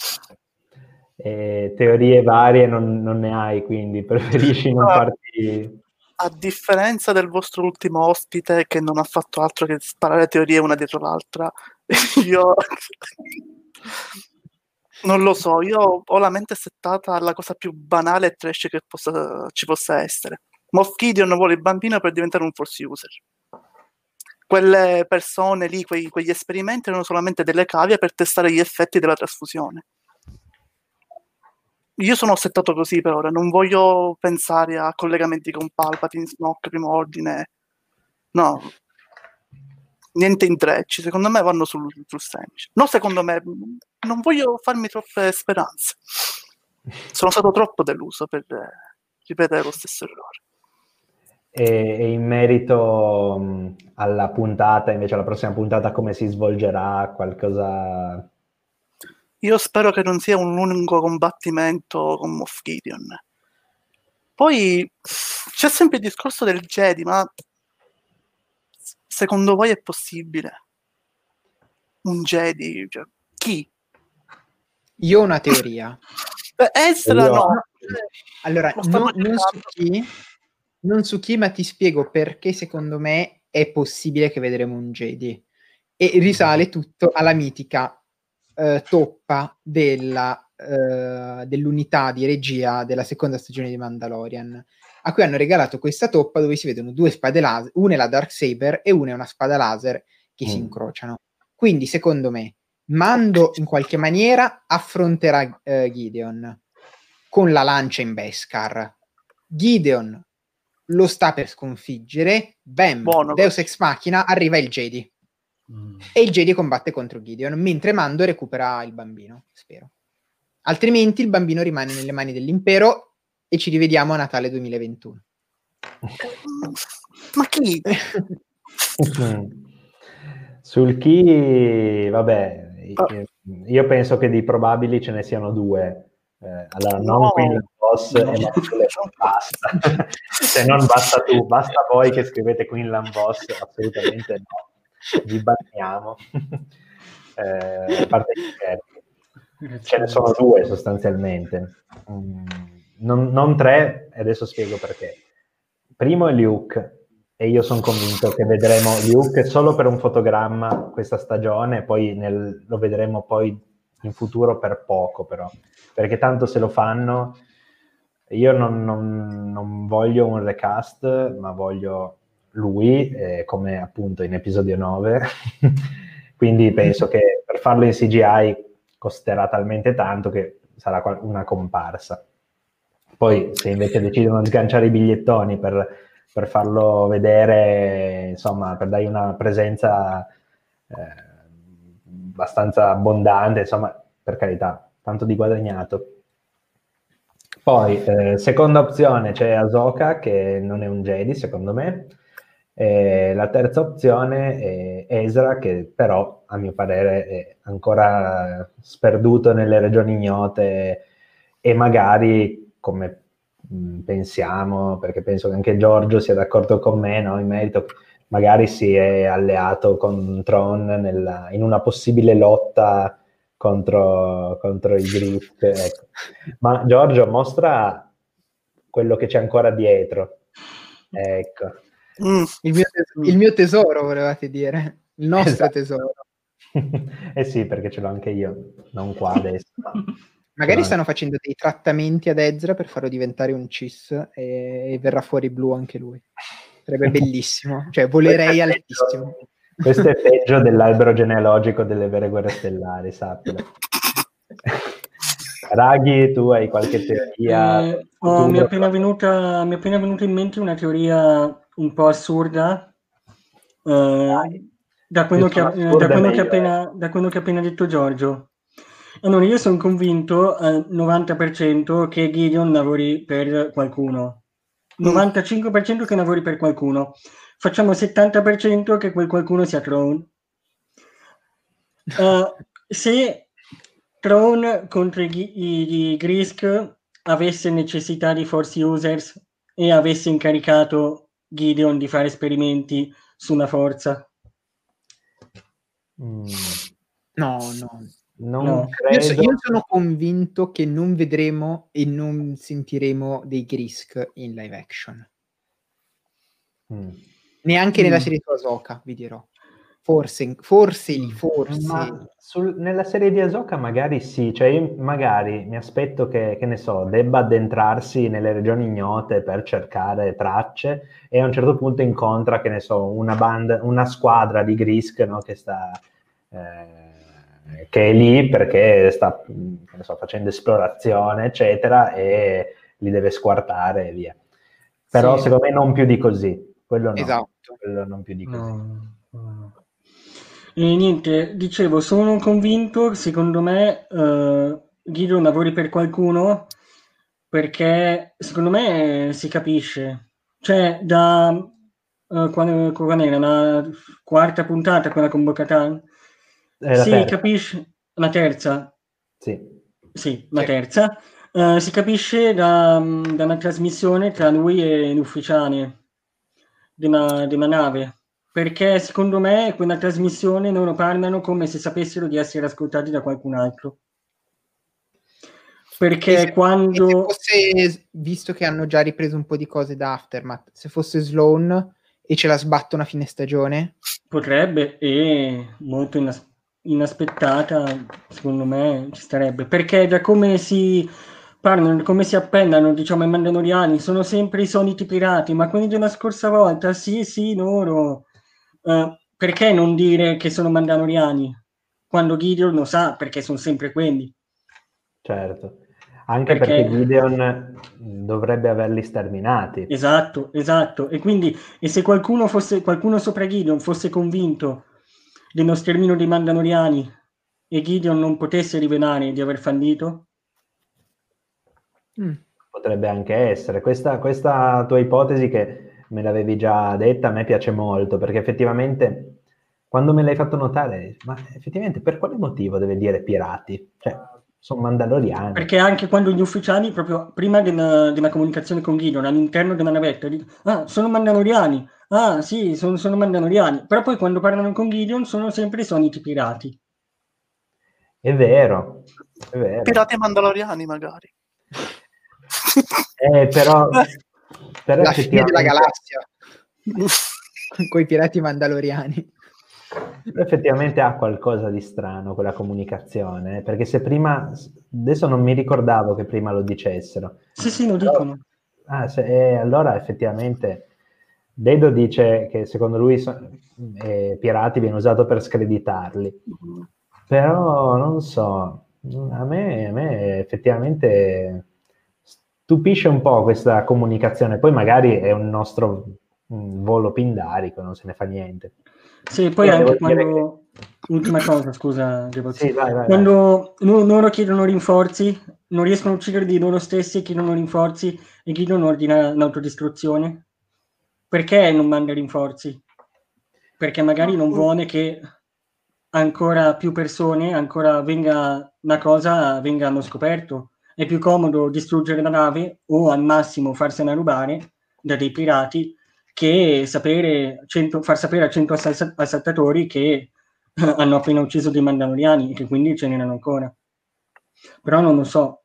E teorie varie non, non ne hai, quindi preferisci non ah. farti... A differenza del vostro ultimo ospite che non ha fatto altro che sparare teorie una dietro l'altra, io non lo so, io ho la mente settata alla cosa più banale e trash che possa, ci possa essere. Moff Gideon vuole il bambino per diventare un force user. Quelle persone lì, quei, quegli esperimenti erano solamente delle cavie per testare gli effetti della trasfusione. Io sono settato così per ora, non voglio pensare a collegamenti con Palpatine, Snoke, Primo Ordine, no, niente intrecci, secondo me vanno sul, sul semplice. No, secondo me, non voglio farmi troppe speranze. Sono stato troppo deluso per ripetere lo stesso errore. E, e in merito mh, alla puntata, invece alla prossima puntata, come si svolgerà, qualcosa... Io spero che non sia un lungo combattimento con Moff Gideon. Poi c'è sempre il discorso del Jedi, ma secondo voi è possibile? Un Jedi? Cioè, chi? Io ho una teoria. Ezra Io... no. Allora, non, non su chi, non su chi, ma ti spiego perché secondo me è possibile che vedremo un Jedi. E risale tutto alla mitica eh, toppa della, eh, dell'unità di regia della seconda stagione di Mandalorian, a cui hanno regalato questa toppa dove si vedono due spade laser, una è la Darksaber e una è una spada laser che mm. si incrociano. Quindi secondo me Mando in qualche maniera affronterà eh, Gideon con la lancia in Beskar. Gideon lo sta per sconfiggere, bam, Buono, Deus Ex Machina, arriva il Jedi. Mm. E il Jedi combatte contro Gideon, mentre Mando recupera il bambino, spero. Altrimenti il bambino rimane nelle mani dell'impero e ci rivediamo a Natale duemilaventuno. Ma chi? Sul chi, vabbè, oh. io penso che di probabili ce ne siano due. Eh, allora, non no, Queen Boss no. e basta. Se non basta tu, basta voi che scrivete Quinlan Boss, assolutamente no. Vi banniamo. eh, a parte gli scherzi. Ce ne sono due sostanzialmente. Mm, non, non tre, e adesso spiego perché. Primo è Luke, e io sono convinto che vedremo Luke solo per un fotogramma questa stagione, poi nel, lo vedremo poi in futuro per poco però, perché tanto se lo fanno, io non, non, non voglio un recast, ma voglio lui, eh, come appunto in episodio nove, quindi penso che per farlo in C G I costerà talmente tanto che sarà una comparsa. Poi se invece decidono di sganciare i bigliettoni per, per farlo vedere, insomma, per dargli una presenza eh, abbastanza abbondante, insomma, per carità, tanto di guadagnato. Poi, eh, seconda opzione, c'è Ahsoka, che non è un Jedi, secondo me. E la terza opzione è Ezra, che però, a mio parere, è ancora sperduto nelle regioni ignote e magari, come mh, pensiamo, perché penso che anche Giorgio sia d'accordo con me, no, in merito, magari si è alleato con Tron nella, in una possibile lotta contro, contro i Griff. Ecco. Ma Giorgio, mostra quello che c'è ancora dietro. Ecco. Mm. Il, mio tesoro, il mio tesoro, volevate dire. Il nostro esatto. tesoro. Eh sì, perché ce l'ho anche io, non qua adesso. Magari stanno facendo dei trattamenti ad Ezra per farlo diventare un cis e, e verrà fuori blu anche lui. Sarebbe bellissimo, cioè volerei questo altissimo. Peggio, questo è peggio dell'albero genealogico delle vere guerre stellari, sappilo. Raghi, tu hai qualche teoria? Eh, oh, mi, è appena venuta, mi è appena venuta in mente una teoria un po' assurda, eh, da, quello che, assurda da, quello che appena, da quello che ha appena detto Giorgio. Allora, io sono convinto al novanta per cento che Gideon lavori per qualcuno, novantacinque per cento che lavori per qualcuno, facciamo settanta per cento che quel qualcuno sia Throne. Uh, se Throne contro i, i, i Grisk avesse necessità di Force Users e avesse incaricato Gideon di fare esperimenti sulla forza. Mm. No, no. Non no. credo. Io, so, io sono convinto che non vedremo e non sentiremo dei Grisk in live action. Mm. Neanche mm. nella serie di Ahsoka, vi dirò. Forse, forse lì, forse. Ma sul, nella serie di Ahsoka magari sì, cioè io magari mi aspetto che, che ne so, debba addentrarsi nelle regioni ignote per cercare tracce e a un certo punto incontra, che ne so, una banda, una squadra di Grisk, no, che sta eh, che è lì perché sta, che ne so, facendo esplorazione, eccetera, e li deve squartare e via. Però sì, secondo me non più di così, quello no. Esatto. Quello non più di così. No, no. E niente, dicevo, sono convinto, secondo me, uh, Gideon lavori per qualcuno perché, secondo me, si capisce. Cioè, da uh, quando, quando era la quarta puntata, quella con Bo-Katan, si terza. capisce, la terza, sì, sì la sì. terza, uh, si capisce da, da una trasmissione tra lui e l'ufficiale di una, di una nave. Perché secondo me quella trasmissione loro parlano come se sapessero di essere ascoltati da qualcun altro. perché se, quando... Se fosse, visto che hanno già ripreso un po' di cose da Aftermath, se fosse Sloan e ce la sbattono a fine stagione? Potrebbe, e molto inas- inaspettata, secondo me, ci starebbe. Perché da come si parlano, come si appellano, diciamo, ai Mandaloriani, sono sempre i soliti pirati, ma quelli della scorsa volta, sì, sì, loro... Uh, perché non dire che sono Mandaloriani? Quando Gideon lo sa, perché sono sempre quelli. Certo. Anche perché, perché Gideon dovrebbe averli sterminati. Esatto, esatto. E quindi, e se qualcuno fosse, qualcuno sopra Gideon fosse convinto dello sterminio dei Mandaloriani e Gideon non potesse rivelare di aver fallito? Mm. Potrebbe anche essere. Questa, questa tua ipotesi, che me l'avevi già detta, a me piace molto, perché effettivamente, quando me l'hai fatto notare, ma effettivamente per quale motivo deve dire pirati? Cioè, sono Mandaloriani. Perché anche quando gli ufficiali, proprio prima della, della comunicazione con Gideon, all'interno della navetta, dicono, ah, sono Mandaloriani, ah, sì, sono, sono Mandaloriani, però poi quando parlano con Gideon sono sempre i soliti pirati. È vero, è vero. Pirati Mandaloriani, magari. Eh, però... però la fine della galassia. Con i pirati Mandaloriani. Effettivamente ha qualcosa di strano quella comunicazione, perché se prima, adesso non mi ricordavo che prima lo dicessero. Sì, sì, lo però, dicono. Ah, se, eh, allora effettivamente Dedo dice che secondo lui so, eh, pirati viene usato per screditarli, mm-hmm. Però non so, a me, a me effettivamente stupisce un po' questa comunicazione, poi magari è un nostro un volo pindarico, non se ne fa niente. Sì, poi però anche quando... Che... Ultima cosa, scusa, sì, vai, vai, quando vai. loro chiedono rinforzi, non riescono a uccidere di loro stessi, chiedono rinforzi e Gideon ordina l'autodistruzione. Perché non manda rinforzi? Perché magari non vuole che ancora più persone, ancora venga una cosa, vengano scoperto. È più comodo distruggere la nave o al massimo farsela rubare da dei pirati che sapere, cento, far sapere a cento assaltatori che hanno appena ucciso dei Mandaloriani e che quindi ce n'erano ancora. Però non lo so.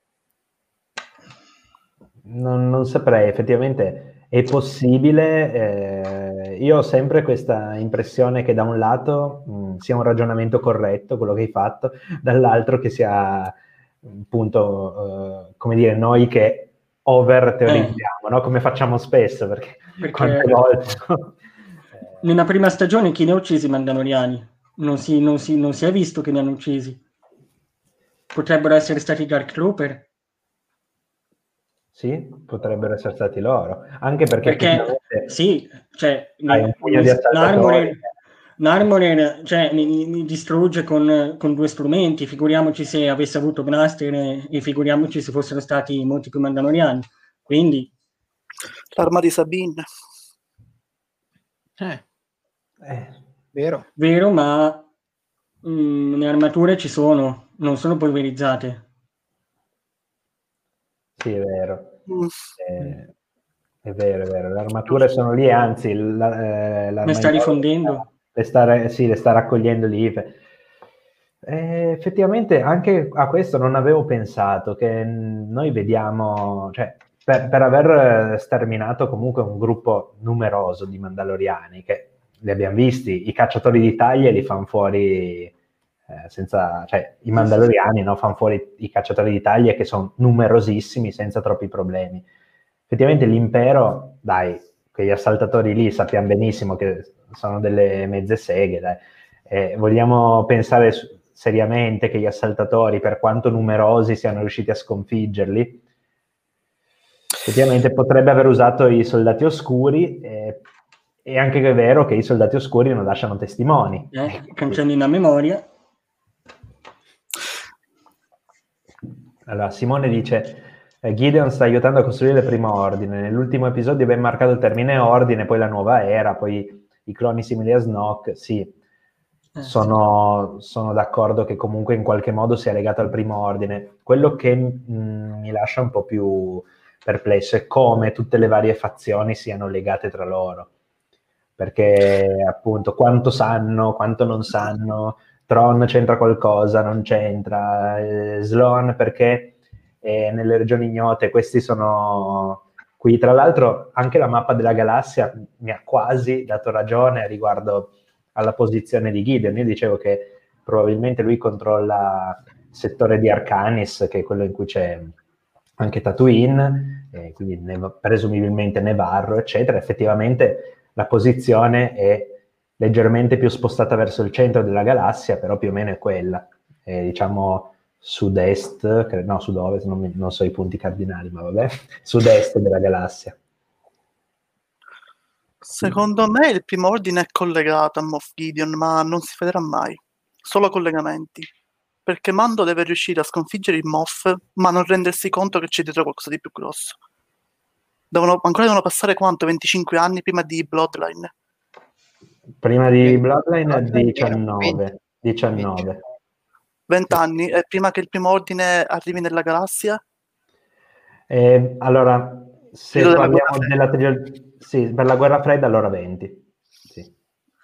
Non, non saprei, effettivamente è possibile. Eh, io ho sempre questa impressione che da un lato mh, sia un ragionamento corretto quello che hai fatto, dall'altro che sia appunto, eh, come dire, noi che over teorizziamo, eh. no? Come facciamo spesso, perché, perché quante volte... Nella prima stagione chi ne ha uccisi i Mandaloriani? Non si, non, si, non si è visto che ne hanno uccisi. Potrebbero essere stati Dark Trooper. Sì, potrebbero essere stati loro. Anche perché... Perché, sì, cioè... Hai un pugno di assaltatori. L'armorer, cioè, mi, mi distrugge con, con due strumenti. Figuriamoci se avesse avuto blaster e, e figuriamoci se fossero stati molti più Mandaloriani. Quindi... L'arma di Sabine. Eh. Eh, vero. Vero, ma mh, le armature ci sono, non sono polverizzate. Sì, è vero. Mm. Eh, è vero, è vero. Le armature sono lì, anzi, la, eh, le sta rifondendo. Le sta, sì, le sta raccogliendo lì. Eh, effettivamente anche a questo non avevo pensato, che noi vediamo, cioè, per, per aver sterminato comunque un gruppo numeroso di Mandaloriani, che li abbiamo visti, i cacciatori di taglie li fanno fuori, eh, senza, cioè i Mandaloriani no, fanno fuori i cacciatori di taglie che sono numerosissimi senza troppi problemi. Effettivamente l'impero, dai, quegli assaltatori lì sappiamo benissimo che sono delle mezze seghe, dai. Eh, vogliamo pensare su, seriamente che gli assaltatori, per quanto numerosi, siano riusciti a sconfiggerli? Effettivamente potrebbe aver usato i soldati oscuri, eh, è anche vero che i soldati oscuri non lasciano testimoni. Eh, cancelli la memoria. Allora, Simone dice... Gideon sta aiutando a costruire il primo ordine. Nell'ultimo episodio ben marcato il termine ordine, poi la nuova era, poi i cloni simili a Snoke. Sì, sono, sono d'accordo che comunque in qualche modo sia legato al primo ordine. Quello che mh, mi lascia un po' più perplesso è come tutte le varie fazioni siano legate tra loro. Perché appunto quanto sanno, quanto non sanno, Tron c'entra qualcosa, non c'entra, eh, Sloan perché... e nelle regioni ignote. Questi sono qui. Tra l'altro anche la mappa della galassia mi ha quasi dato ragione riguardo alla posizione di Gideon. Io dicevo che probabilmente lui controlla il settore di Arcanis, che è quello in cui c'è anche Tatooine, eh, quindi ne- presumibilmente Nevarro, eccetera. Effettivamente la posizione è leggermente più spostata verso il centro della galassia, però più o meno è quella, eh, diciamo sud-est, cre- no, sud-ovest, non, mi- non so i punti cardinali, ma vabbè, sud-est della galassia. Secondo me il primo ordine è collegato a Moff Gideon, ma non si vedrà mai. Solo collegamenti. Perché Mando deve riuscire a sconfiggere il Moff, ma non rendersi conto che c'è dietro qualcosa di più grosso. Devono, ancora devono passare quanto? venticinque anni prima di Bloodline? Prima di Eh, Bloodline Bloodline diciannove. diciannove. venti anni, e prima che il primo ordine arrivi nella galassia? Eh, allora, se Credo della parliamo guerra della trilogia, sì, per la guerra fredda, allora venti. Sì.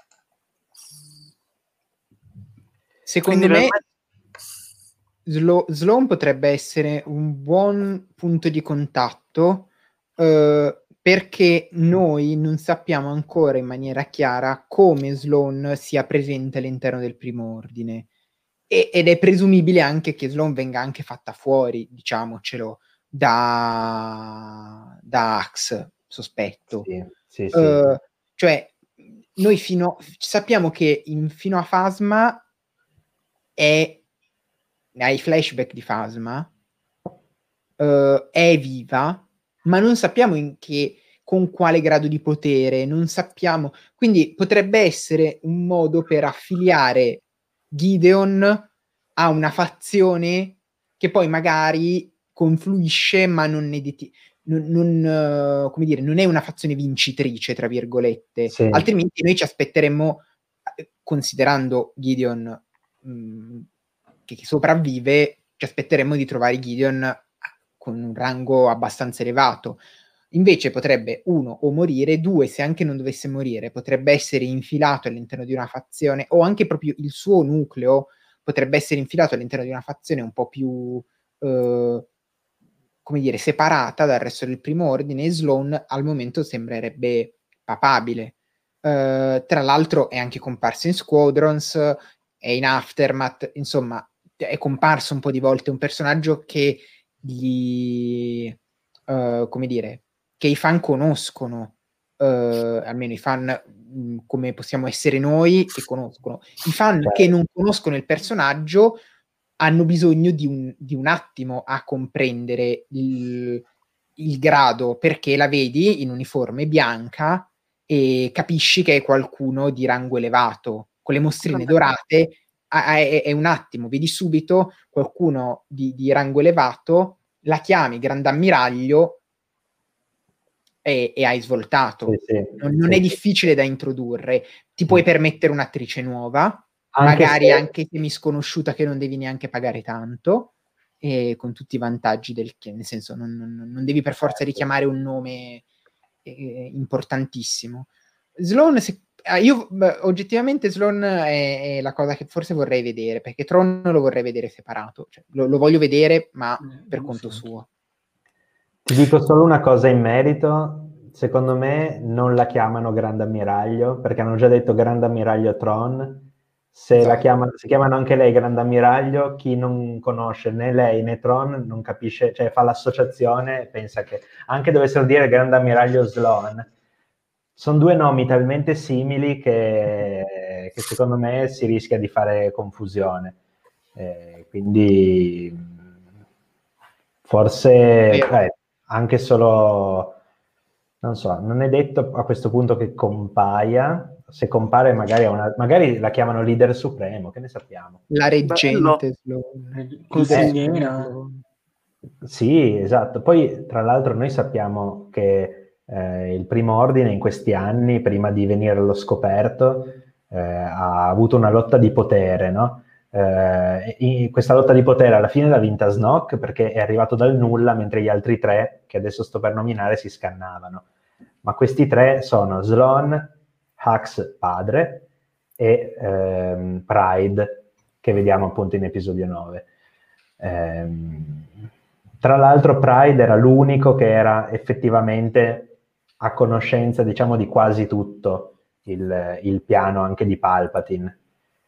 Secondo Quindi per me me- Slo- Sloan potrebbe essere un buon punto di contatto, eh, perché noi non sappiamo ancora in maniera chiara come Sloan sia presente all'interno del primo ordine. E- ed è presumibile anche che Sloan venga anche fatta fuori, diciamocelo, da, da Axe, sospetto. Sì, sì, sì. Eh, cioè, noi fino, sappiamo che in- fino a Phasma è ai flashback di Phasma, eh, è viva, ma non sappiamo in che, con quale grado di potere, non sappiamo. Quindi potrebbe essere un modo per affiliare Gideon a una fazione che poi magari confluisce, ma non è, deti- non, non, eh, come dire, non è una fazione vincitrice, tra virgolette. Sì. Altrimenti noi ci aspetteremmo, eh, considerando Gideon mh, che, che sopravvive, ci aspetteremmo di trovare Gideon con un rango abbastanza elevato. Invece potrebbe, uno, o morire, due, se anche non dovesse morire, potrebbe essere infilato all'interno di una fazione, o anche proprio il suo nucleo potrebbe essere infilato all'interno di una fazione un po' più, eh, come dire, separata dal resto del primo ordine, e Sloan al momento sembrerebbe papabile. Uh, tra l'altro è anche comparso in Squadrons, è in Aftermath, insomma, è comparso un po' di volte, un personaggio che gli, uh, come dire, che i fan conoscono, uh, almeno i fan mh, come possiamo essere noi, che conoscono. I fan Certo. che non conoscono il personaggio hanno bisogno di un, di un attimo a comprendere il, il grado, perché la vedi in uniforme bianca e capisci che è qualcuno di rango elevato. Con le mostrine dorate è, è un attimo, vedi subito qualcuno di, di rango elevato, la chiami Grandammiraglio e, e hai svoltato. Sì, sì, non non sì, è sì. difficile da introdurre. Ti puoi permettere un'attrice nuova, Anche magari se- anche semi sconosciuta, che non devi neanche pagare tanto, e con tutti i vantaggi del che, nel senso, non, non- non devi per forza Certo. richiamare un nome eh, importantissimo. Sloan, se- ah, io beh, oggettivamente Sloan è, è la cosa che forse vorrei vedere, perché Tron lo vorrei vedere separato, cioè, lo, lo voglio vedere, ma per conto sì. suo. Ti dico solo una cosa in merito. Secondo me non la chiamano Grande Ammiraglio, perché hanno già detto Grande Ammiraglio Tron. Se la Esatto. chiamano, se chiamano anche lei Grande Ammiraglio, chi non conosce né lei né Tron non capisce, cioè fa l'associazione e pensa che anche dovessero dire Grande Ammiraglio Sloan. Sono due nomi talmente simili che, che secondo me si rischia di fare confusione. Eh, quindi forse eh, anche solo, non so, non è detto a questo punto che compaia. Se compare magari, è una, magari la chiamano leader supremo, che ne sappiamo. La reggente Bello. Sloan, Consigliera. Sloan. Sì, esatto. Poi, tra l'altro, noi sappiamo che eh, il Primo Ordine in questi anni, prima di venire allo scoperto, eh, ha avuto una lotta di potere, no? Eh, in questa lotta di potere alla fine l'ha vinta Snoke perché è arrivato dal nulla, mentre gli altri tre, che adesso sto per nominare, si scannavano. Ma questi tre sono Sloan, Hux padre e ehm, Pride, che vediamo appunto in episodio nove. Ehm, Tra l'altro Pride era l'unico che era effettivamente a conoscenza, diciamo, di quasi tutto il, il piano anche di Palpatine.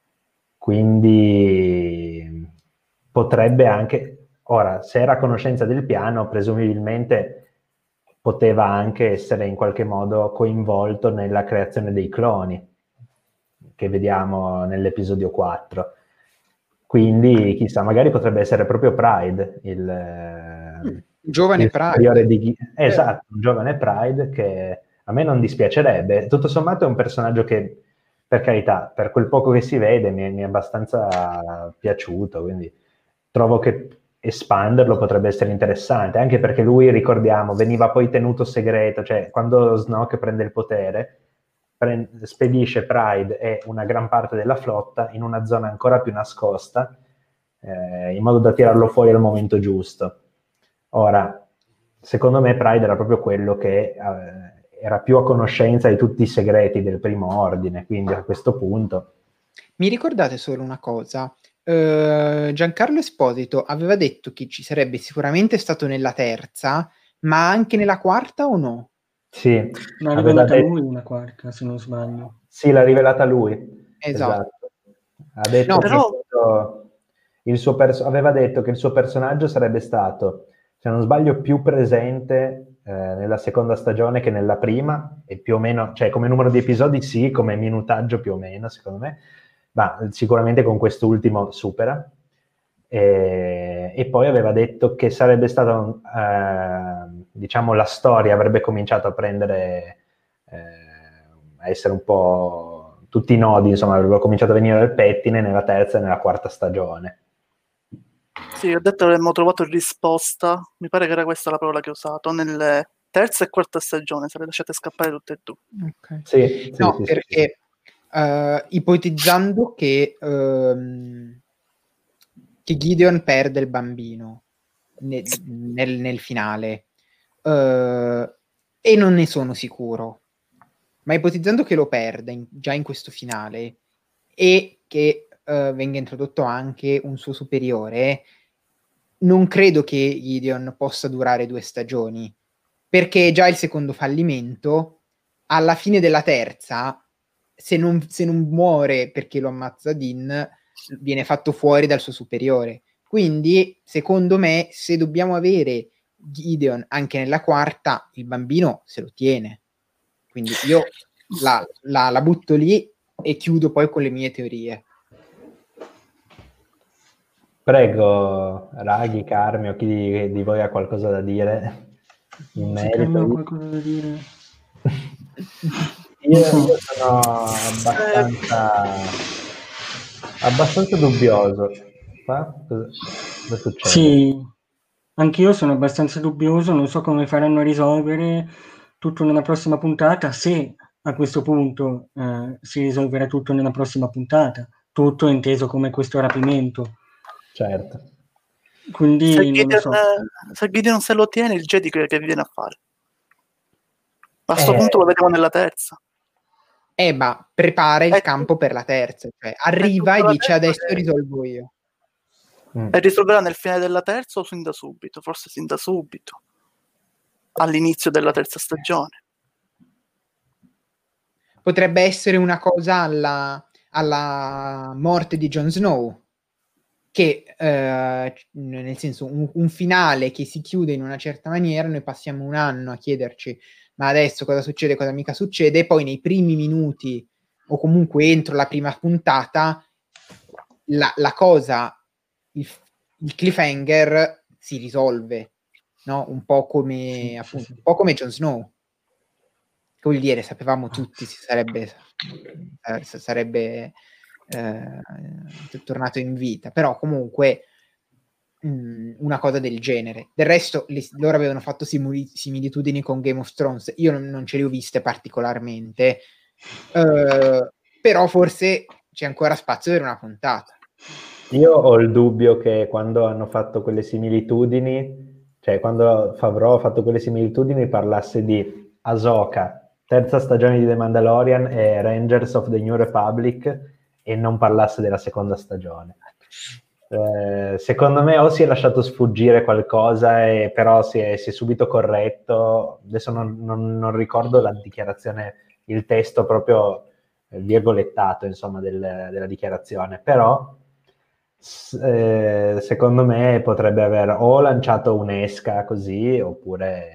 Quindi potrebbe anche... Ora, se era a conoscenza del piano, presumibilmente poteva anche essere in qualche modo coinvolto nella creazione dei cloni, che vediamo nell'episodio quattro. Quindi, chissà, magari potrebbe essere proprio Pride, il, giovane il Pride. Di... Esatto, un giovane Pride che a me non dispiacerebbe. Tutto sommato è un personaggio che, per carità, per quel poco che si vede, mi è, mi è abbastanza piaciuto, quindi trovo che espanderlo potrebbe essere interessante, anche perché lui, ricordiamo, veniva poi tenuto segreto, cioè quando Snoke prende il potere, prende, spedisce Pride e una gran parte della flotta in una zona ancora più nascosta, eh, in modo da tirarlo fuori al momento giusto. Ora, secondo me Pride era proprio quello che eh, era più a conoscenza di tutti i segreti del Primo Ordine, quindi a questo punto... Mi ricordate solo una cosa? Uh, Giancarlo Esposito aveva detto che ci sarebbe sicuramente stato nella terza, ma anche nella quarta o no? Sì, l'ha rivelata detto... lui una quarta, se non sbaglio. Sì, l'ha rivelata lui. Esatto. Esatto. Ha detto no, che però... il suo pers- aveva detto che il suo personaggio sarebbe stato, se non sbaglio, più presente eh, nella seconda stagione che nella prima, e più o meno, cioè come numero di episodi sì, come minutaggio più o meno, secondo me, ma sicuramente con quest'ultimo supera. E, e poi aveva detto che sarebbe stato, eh, diciamo, la storia avrebbe cominciato a prendere, eh, a essere un po' tutti i nodi, insomma, avrebbero cominciato a venire al pettine nella terza e nella quarta stagione. Sì, ho detto che avremmo trovato risposta, mi pare che era questa la parola che ho usato, nelle terza e quarta stagione, se le lasciate scappare tutte e due. Okay. Sì, sì, no, sì, perché sì. Uh, ipotizzando che, um, che Gideon perde il bambino ne, nel, nel finale, uh, e non ne sono sicuro, ma ipotizzando che lo perda in, già in questo finale e che uh, venga introdotto anche un suo superiore, non credo che Gideon possa durare due stagioni, perché già il secondo fallimento, alla fine della terza, se non, se non muore perché lo ammazza Din, viene fatto fuori dal suo superiore. Quindi, secondo me, se dobbiamo avere Gideon anche nella quarta, il bambino se lo tiene. Quindi io la, la, la butto lì e chiudo poi con le mie teorie. Prego, Raghi, Carmio, chi di, di voi ha qualcosa da dire in Se merito? Carmio ha qualcosa da dire. io, io sono abbastanza abbastanza dubbioso. Qua? Cosa, cosa succede? Sì, anch'io sono abbastanza dubbioso, non so come faranno a risolvere tutto nella prossima puntata, se a questo punto eh, si risolverà tutto nella prossima puntata, tutto inteso come questo rapimento. Certo. Quindi se non Gideon, lo so. Se Gideon se lo tiene, il Jedi che, che viene a fare? A questo eh, punto lo vediamo nella terza. Eh, ma prepara il E campo tu, per la terza, cioè arriva e dice adesso che... risolvo io. Mm. E risolverà nel finale della terza o sin da subito? Forse sin da subito, all'inizio della terza stagione. Potrebbe essere una cosa alla, alla morte di Jon Snow, che eh, nel senso un, un finale che si chiude in una certa maniera, noi passiamo un anno a chiederci ma adesso cosa succede, cosa mica succede, e poi nei primi minuti o comunque entro la prima puntata la, la cosa, il, il cliffhanger si risolve, no? Un po' come Sì, appunto, sì, sì. un po' come Jon Snow. Che vuol dire, sapevamo tutti si sarebbe eh, sarebbe eh, tornato in vita, però comunque mh, una cosa del genere. Del resto li, loro avevano fatto simuli, similitudini con Game of Thrones, io non, non ce le ho viste particolarmente, eh, però forse c'è ancora spazio per una puntata. Io ho il dubbio che quando hanno fatto quelle similitudini, cioè quando Favreau ha fatto quelle similitudini, parlasse di Ahsoka, terza stagione di The Mandalorian e Rangers of the New Republic, e non parlasse della seconda stagione. Eh, secondo me o si è lasciato sfuggire qualcosa, e però si è, si è subito corretto. Adesso non, non, non ricordo la dichiarazione, il testo proprio virgolettato, insomma, del, della dichiarazione, però eh, secondo me potrebbe aver o lanciato un'esca così, oppure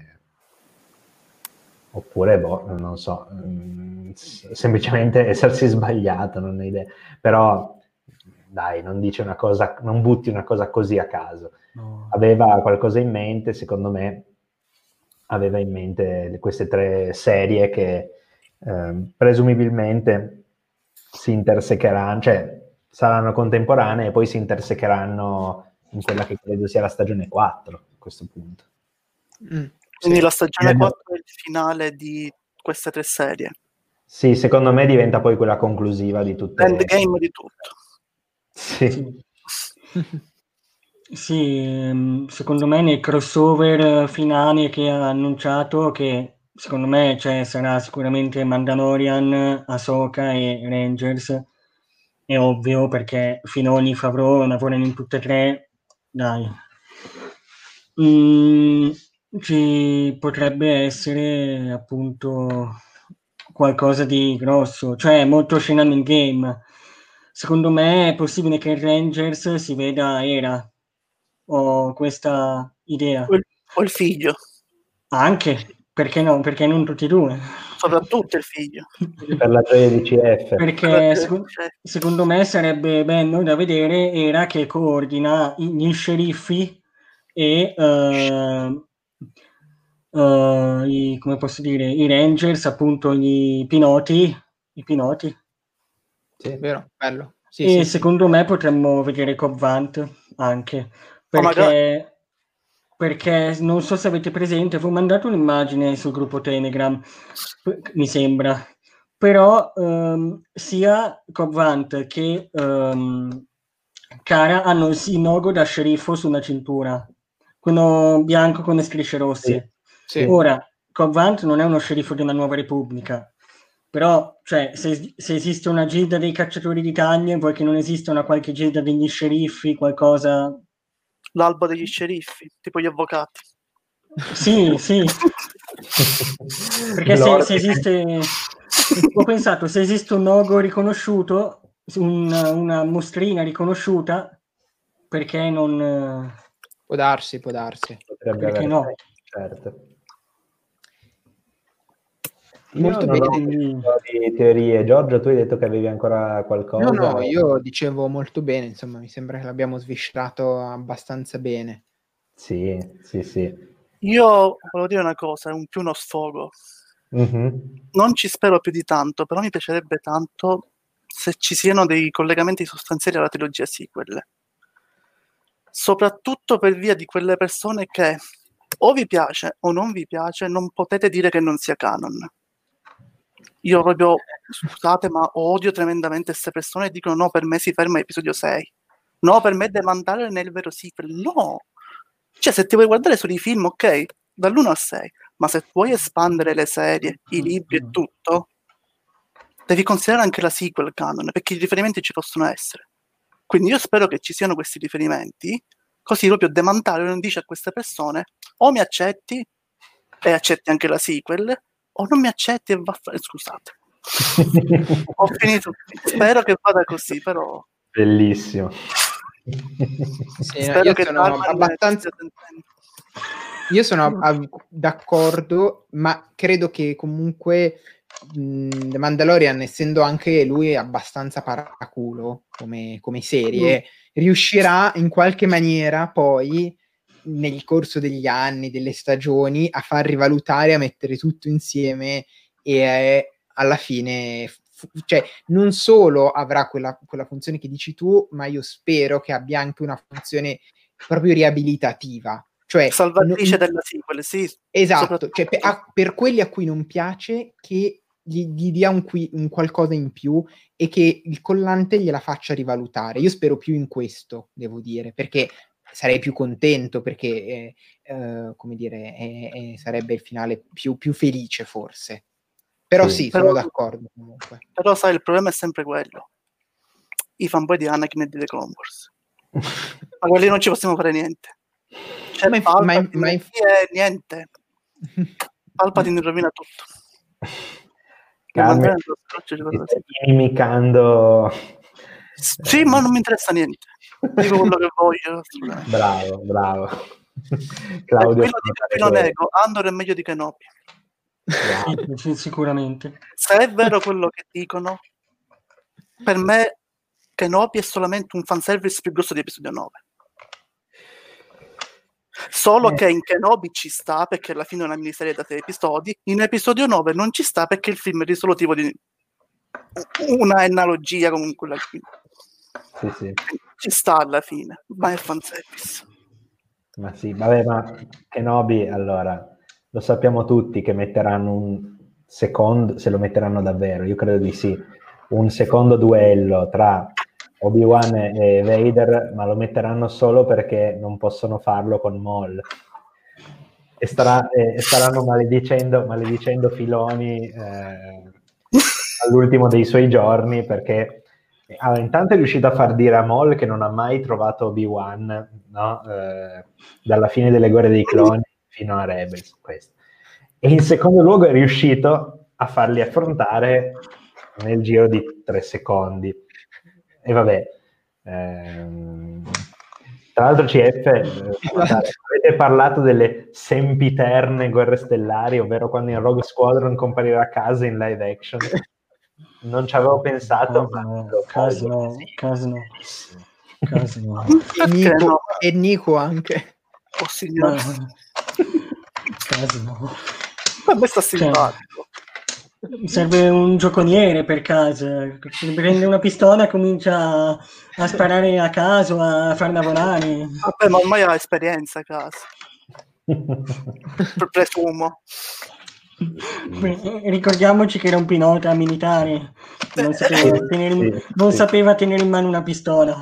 oppure boh, non so, mh, semplicemente essersi sbagliato, non ho idea. Però dai, non dice una cosa, non butti una cosa così a caso. No. Aveva qualcosa in mente, secondo me aveva in mente queste tre serie che eh, presumibilmente si intersecheranno, cioè saranno contemporanee e poi si intersecheranno in quella che credo sia la stagione quattro a questo punto. Mm. Quindi sì, la stagione quattro è il finale di queste tre serie. Sì, secondo me diventa poi quella conclusiva di tutte. Endgame di tutto. Sì. Sì. Sì, secondo me nei crossover finali che ha annunciato, che secondo me cioè, sarà sicuramente Mandalorian, Ahsoka e Rangers, è ovvio perché Filoni e Favreau lavorano in tutte e tre, dai. Mm, ci potrebbe essere appunto qualcosa di grosso, cioè molto scenando in game. Secondo me è possibile che in Rangers si veda Era. Ho questa idea. O il, o il figlio. Anche, perché no? Perché non tutti e due? Soprattutto il figlio. Per la gioia di C F. Perché seco- secondo me sarebbe bello da vedere Era che coordina gli sceriffi e uh, uh, i, come posso dire, i Rangers, appunto gli piloti, i piloti. Sì, vero, bello. Sì, e sì, secondo sì. me potremmo vedere Cobb Vanth anche, perché... perché non so se avete presente, vi ho mandato un'immagine sul gruppo Telegram, mi sembra, però um, sia Cobb Vanth che um, Cara hanno il sinogo da sceriffo sulla cintura, quello bianco con le strisce rosse. Sì, sì. Ora, Cobb Vanth non è uno sceriffo di una nuova repubblica, però cioè, se, se esiste una gilda dei cacciatori di taglie, vuoi che non esista una qualche gilda degli sceriffi, qualcosa... L'albo degli sceriffi, tipo gli avvocati. Sì, sì. Perché se, se esiste... Ho pensato, se esiste un logo riconosciuto, una, una mostrina riconosciuta, perché non... Può darsi, può darsi. Potrebbe perché aver no? senso, certo. Molto io non bene. ho di teorie. Giorgio, tu hai detto che avevi ancora qualcosa? No, no, io dicevo molto bene, insomma, mi sembra che l'abbiamo sviscerato abbastanza bene. Sì, sì, sì. Io volevo dire una cosa, è un più uno sfogo. Mm-hmm. Non ci spero più di tanto, però mi piacerebbe tanto se ci siano dei collegamenti sostanziali alla trilogia sequel. Soprattutto per via di quelle persone che o vi piace o non vi piace, non potete dire che non sia canon. Io proprio, scusate, ma odio tremendamente queste persone che dicono no, per me si ferma all'episodio sei. No, per me deve andare nel vero sequel. No! Cioè, se ti vuoi guardare solo i film, ok, dall'uno al sei, ma se vuoi espandere le serie, i libri e tutto, devi considerare anche la sequel canon, perché i riferimenti ci possono essere. Quindi io spero che ci siano questi riferimenti, così proprio Demandare non dice a queste persone o mi accetti e accetti anche la sequel, o non mi accetti e va a fare... Scusate. Ho finito. Spero che vada così, però... Bellissimo. Sì, Spero io che sono Darman abbastanza... Io sono a- d'accordo, ma credo che comunque mh, The Mandalorian, essendo anche lui abbastanza paraculo come, come serie, mm. riuscirà in qualche maniera poi nel corso degli anni, delle stagioni, a far rivalutare, a mettere tutto insieme e eh, alla fine, fu- cioè, non solo avrà quella, quella funzione che dici tu, ma io spero che abbia anche una funzione proprio riabilitativa. Cioè, salvatrice no, della sequel, sì. Esatto, cioè, per, a, per quelli a cui non piace, che gli, gli dia un, qui, un qualcosa in più e che il collante gliela faccia rivalutare. Io spero più in questo, devo dire, perché sarei più contento, perché, eh, eh, come dire, eh, eh, sarebbe il finale più, più felice, forse. Però sì, sì però, sono d'accordo comunque. Però sai, il problema è sempre quello. I fanboy di Anakin e di The Clone Wars. Ma quelli non ci possiamo fare niente. C'è Ma- Palpatine ma- ma- e niente. Palpatine rovina tutto. Devo Carmen, andare nello scroccio di ti quello stai sì. inimicando. Sì, ma non mi interessa niente. Dico quello che voglio, assolutamente. Bravo, bravo. E Claudio, qui lo dico, qui lo nego, Andor è meglio di Kenobi. Wow. Sì, sicuramente. Se è vero quello che dicono, per me Kenobi è solamente un fanservice più grosso di episodio nove. Solo Eh. che in Kenobi ci sta perché alla fine è una miniserie da sei episodi, in episodio nove non ci sta perché il film è risolutivo di una analogia con quella qui. Sì, sì. Ci sta alla fine, ma è fanservice. Ma sì, vabbè, ma Kenobi, allora, lo sappiamo tutti che metteranno un secondo, se lo metteranno davvero, io credo di sì, un secondo duello tra Obi-Wan e Vader, ma lo metteranno solo perché non possono farlo con Maul. E, starà, e staranno maledicendo, maledicendo Filoni eh, all'ultimo dei suoi giorni, perché allora, intanto è riuscito a far dire a Maul che non ha mai trovato Obi-Wan, no? eh, dalla fine delle Guerre dei Cloni fino a Rebels, questo. E in secondo luogo è riuscito a farli affrontare nel giro di tre secondi. E vabbè, ehm, tra l'altro C F, eh, guardate, avete parlato delle sempiterne Guerre Stellari, ovvero quando in Rogue Squadron comparirà a casa in live action. Non ci avevo pensato, ma lo caso voglio, no, sì, caso no, bellissimo. caso no. E Perché Nico, no? e Nico anche. Oh signore, Ma- caso no. a me sta simpatico. Serve un gioconiere per casa, prende una pistola e comincia a sparare a caso, a farla volare. Vabbè, ma ormai ha esperienza a casa, presumo. Ricordiamoci che era un pilota militare, non sapeva tenere, Sì, non sì. sapeva tenere in mano una pistola.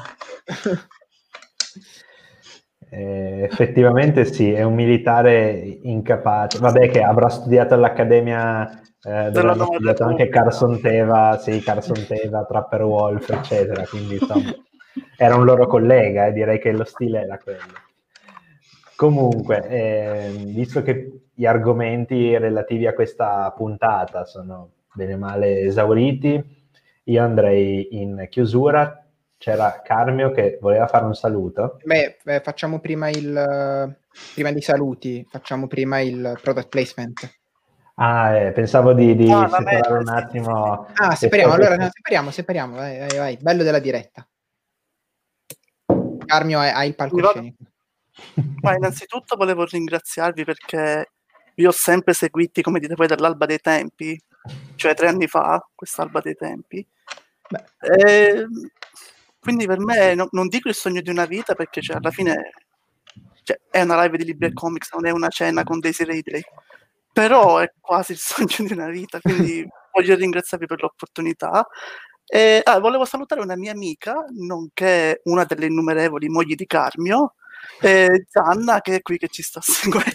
Eh, effettivamente sì, è un militare incapace. Vabbè, che avrà studiato all'Accademia eh, dove Della hanno Nuova studiato anche Repubblica. Carson Teva, sì, Carson Teva, Trapper Wolf, eccetera. Quindi insomma, era un loro collega e direi che lo stile era quello. Comunque, ehm, visto che gli argomenti relativi a questa puntata sono bene o male esauriti, io andrei in chiusura. C'era Carmio che voleva fare un saluto. Beh, beh, facciamo prima il prima dei saluti, facciamo prima il product placement. Ah, eh, pensavo di, di Ah, la separare mente, un sì, attimo. Ah, separiamo, allora no, separiamo, separiamo, vai, vai, vai, bello della diretta. Carmio, hai, hai il palcoscenico. Ma innanzitutto volevo ringraziarvi perché vi ho sempre seguiti, come dite voi, dall'alba dei tempi, cioè tre anni fa, quest'alba dei tempi. E quindi per me no, non dico il sogno di una vita perché cioè, alla fine cioè, è una live di libri e comics, non è una cena con Daisy Ridley, però è quasi il sogno di una vita, quindi voglio ringraziarvi per l'opportunità. E, ah, volevo salutare una mia amica, nonché una delle innumerevoli mogli di Carmio, eh, Gianna, che è qui che ci sta seguendo.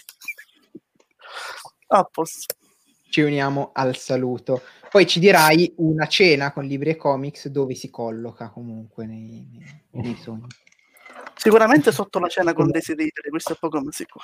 A posto. Ci uniamo al saluto. Poi ci dirai una cena con libri e comics dove si colloca comunque nei, nei, nei sogni. Sicuramente sotto la cena con Daisy Ridley, questo è poco ma sicuro.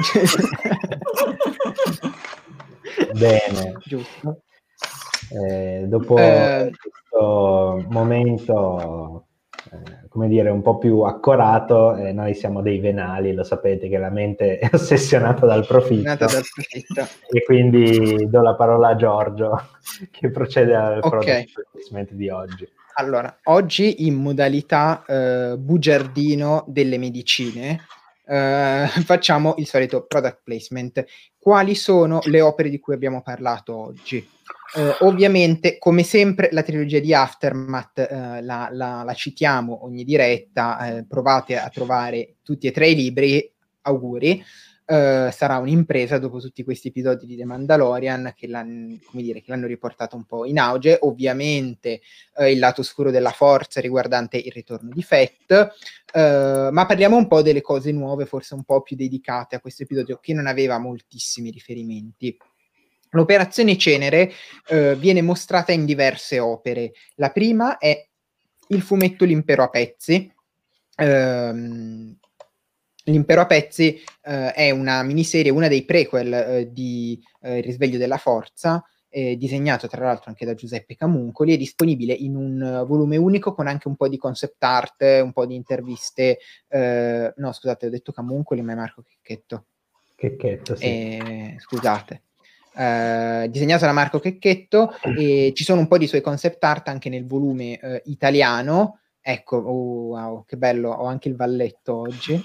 Bene. Giusto. Eh, dopo Eh, questo momento, eh, come dire, un po' più accorato, eh, noi siamo dei venali, lo sapete che la mente è ossessionata dal profitto. Nata dal profitto. E quindi do la parola a Giorgio che procede al Ok. product placement di oggi. Allora, oggi in modalità eh, bugiardino delle medicine eh, facciamo il solito product placement. Quali sono le opere di cui abbiamo parlato oggi? Eh, ovviamente, come sempre, la trilogia di Aftermath eh, la, la, la citiamo ogni diretta, eh, provate a trovare tutti e tre i libri, auguri. Uh, sarà un'impresa dopo tutti questi episodi di The Mandalorian che, l'han, come dire, che l'hanno riportato un po' in auge. Ovviamente uh, il lato oscuro della forza riguardante il ritorno di Fett, uh, ma parliamo un po' delle cose nuove, forse un po' più dedicate a questo episodio che non aveva moltissimi riferimenti. L'operazione Cenere uh, viene mostrata in diverse opere. La prima è il fumetto L'Impero a pezzi, ehm, L'impero a pezzi eh, è una miniserie, una dei prequel eh, di eh, Il risveglio della forza, eh, disegnato tra l'altro anche da Giuseppe Camuncoli, è disponibile in un uh, volume unico con anche un po' di concept art, un po' di interviste, eh, no scusate, ho detto Camuncoli ma è Marco Checchetto. Checchetto, sì. Eh, scusate. Uh, disegnato da Marco Checchetto, e ci sono un po' di suoi concept art anche nel volume uh, italiano. Ecco, oh, wow, che bello, ho anche il valletto oggi.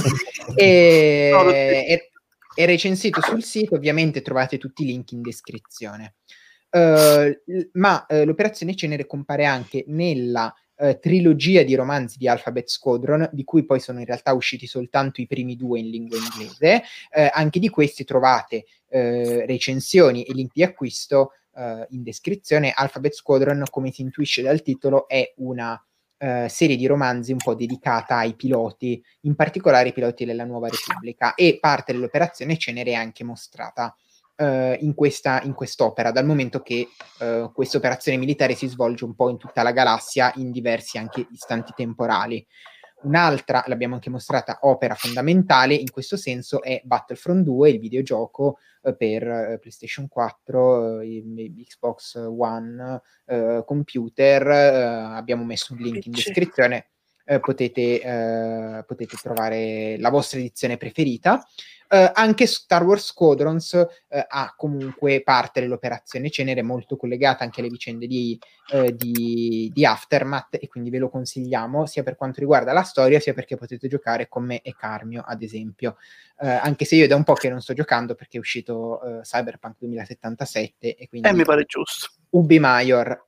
e, è, è recensito sul sito, ovviamente trovate tutti i link in descrizione. Uh, ma uh, l'Operazione Cenere compare anche nella uh, trilogia di romanzi di Alphabet Squadron, di cui poi sono in realtà usciti soltanto i primi due in lingua inglese. Uh, anche di questi trovate uh, recensioni e link di acquisto uh, in descrizione. Alphabet Squadron, come si intuisce dal titolo, è una Uh, serie di romanzi un po' dedicata ai piloti, in particolare ai piloti della Nuova Repubblica, e parte dell'Operazione Cenere è anche mostrata uh, in, questa, in quest'opera, dal momento che uh, questa operazione militare si svolge un po' in tutta la galassia, in diversi anche istanti temporali. Un'altra, l'abbiamo anche mostrata, opera fondamentale in questo senso è Battlefront due, il videogioco eh, per eh, PlayStation quattro, eh, Xbox One, eh, computer. Eh, abbiamo messo un link in descrizione, eh, potete, eh, potete trovare la vostra edizione preferita. Uh, anche Star Wars Squadrons uh, ha comunque parte dell'Operazione Cenere molto collegata anche alle vicende di, uh, di, di Aftermath, e quindi ve lo consigliamo sia per quanto riguarda la storia sia perché potete giocare con me e Carmio ad esempio, uh, anche se io è da un po' che non sto giocando perché è uscito uh, Cyberpunk duemilasettantasette e quindi eh, mi pare giusto. Ubi Maior.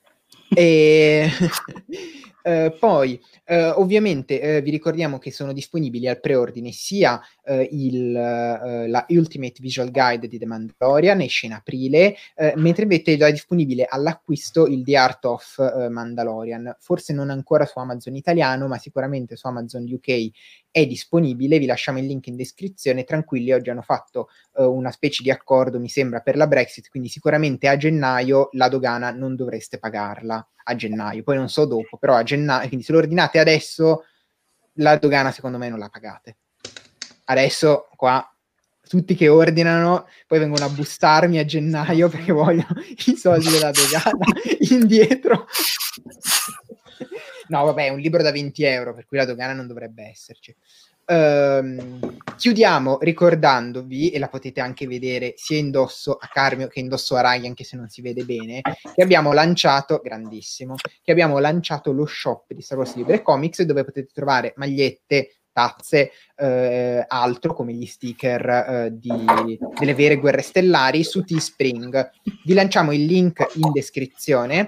E uh, poi uh, ovviamente uh, vi ricordiamo che sono disponibili al preordine sia uh, il, uh, la Ultimate Visual Guide di The Mandalorian, esce in aprile, uh, mentre invece è già disponibile all'acquisto il The Art of uh, Mandalorian, forse non ancora su Amazon italiano ma sicuramente su Amazon U K è disponibile. Vi lasciamo il link in descrizione. Tranquilli, oggi hanno fatto uh, una specie di accordo, mi sembra, per la Brexit, quindi sicuramente a gennaio la dogana non dovreste pagarla, a gennaio, poi non so dopo, però a gennaio, quindi se lo ordinate adesso la dogana secondo me non la pagate. Adesso qua tutti che ordinano poi vengono a bussarmi a gennaio perché vogliono i soldi della dogana indietro. No, vabbè, è un libro da venti euro, per cui la dogana non dovrebbe esserci. Um, chiudiamo ricordandovi, e la potete anche vedere sia indosso a Carmio che indosso a Rai, anche se non si vede bene, che abbiamo lanciato, grandissimo, che abbiamo lanciato lo shop di Star Wars Libre Comics, dove potete trovare magliette, tazze, eh, altro come gli sticker eh, di, delle vere guerre stellari su Teespring. Vi lanciamo il link in descrizione.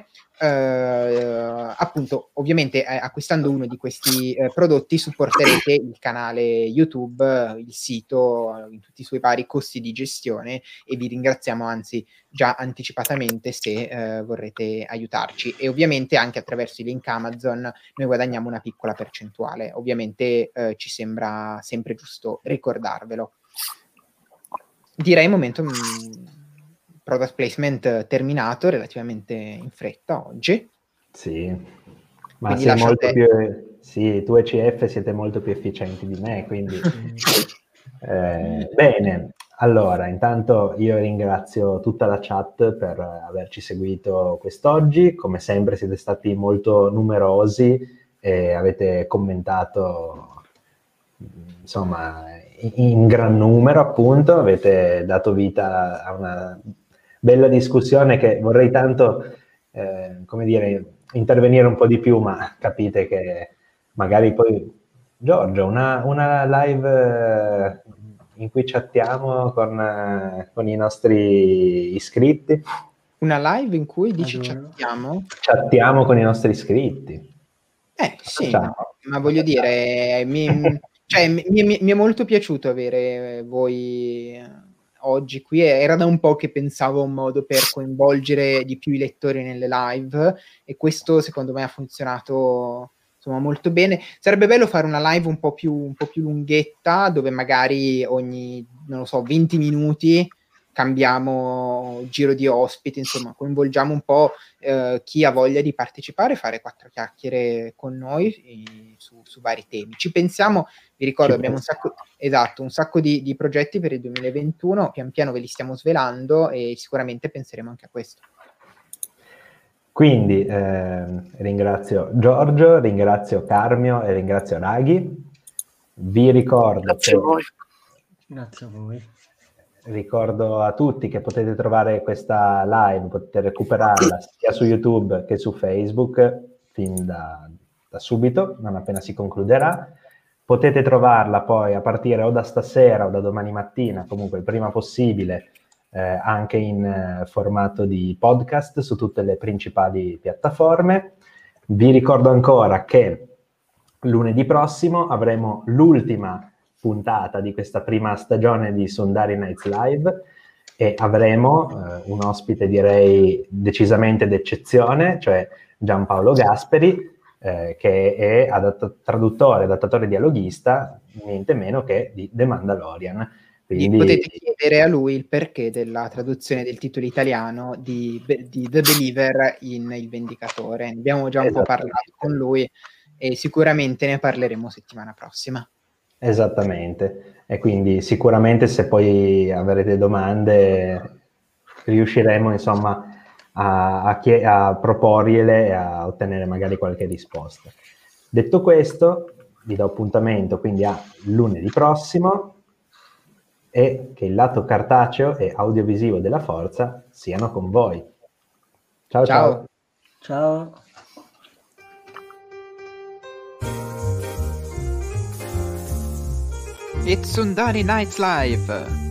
Uh, appunto, ovviamente eh, acquistando uno di questi eh, prodotti supporterete il canale YouTube, eh, il sito, eh, in tutti i suoi vari costi di gestione, e vi ringraziamo anzi già anticipatamente se eh, vorrete aiutarci, e ovviamente anche attraverso i link Amazon noi guadagniamo una piccola percentuale. Ovviamente eh, ci sembra sempre giusto ricordarvelo. Direi momento mh, product placement terminato relativamente in fretta oggi. Sì, ma quindi sei molto lasciate... più... Sì, tu e C F siete molto più efficienti di me, quindi... eh, bene, allora, intanto io ringrazio tutta la chat per averci seguito quest'oggi. Come sempre siete stati molto numerosi e avete commentato, insomma, in, in gran numero, appunto. Avete dato vita a una bella discussione che vorrei tanto, eh, come dire, intervenire un po' di più, ma capite che magari poi... Giorgio, una, una live eh, in cui chattiamo con, eh, con i nostri iscritti. Una live in cui dici Allora. chattiamo? Chattiamo con i nostri iscritti. Eh sì, Facciamo. ma voglio dire, mi, cioè, mi, mi, mi è molto piaciuto avere voi oggi qui. Era da un po' che pensavo a un modo per coinvolgere di più i lettori nelle live, e questo secondo me ha funzionato insomma molto bene. Sarebbe bello fare una live un po' più, un po' più lunghetta, dove magari ogni, non lo so, venti minuti cambiamo giro di ospiti, insomma coinvolgiamo un po' eh, chi ha voglia di partecipare, fare quattro chiacchiere con noi eh, su, su vari temi. Ci pensiamo, vi ricordo, Ci abbiamo un sacco, esatto, un sacco di, di progetti per il duemilaventuno, pian piano ve li stiamo svelando e sicuramente penseremo anche a questo. Quindi eh, ringrazio Giorgio, ringrazio Carmio e ringrazio Raghi. Vi ricordo Grazie che... a voi. Grazie a voi. Ricordo a tutti che potete trovare questa live, potete recuperarla sia su YouTube che su Facebook fin da, da subito, non appena si concluderà. Potete trovarla poi a partire o da stasera o da domani mattina, comunque il prima possibile, eh, anche in eh, formato di podcast su tutte le principali piattaforme. Vi ricordo ancora che lunedì prossimo avremo l'ultima puntata di questa prima stagione di Sundari Nights Live e avremo eh, un ospite direi decisamente d'eccezione, cioè Giampaolo Gasperi, eh, che è adat- traduttore, adattatore dialoghista, niente meno che di The Mandalorian. Quindi potete chiedere a lui il perché della traduzione del titolo italiano di, di The Believer in Il Vendicatore. Ne abbiamo già un po' parlato con lui e sicuramente ne parleremo settimana prossima. Esattamente, e quindi sicuramente se poi avrete domande riusciremo insomma a, a, chie- a proporgliele e a ottenere magari qualche risposta. Detto questo, vi do appuntamento quindi a lunedì prossimo e che il lato cartaceo e audiovisivo della Forza siano con voi. Ciao ciao! Ciao! It's Sundari Nights Live!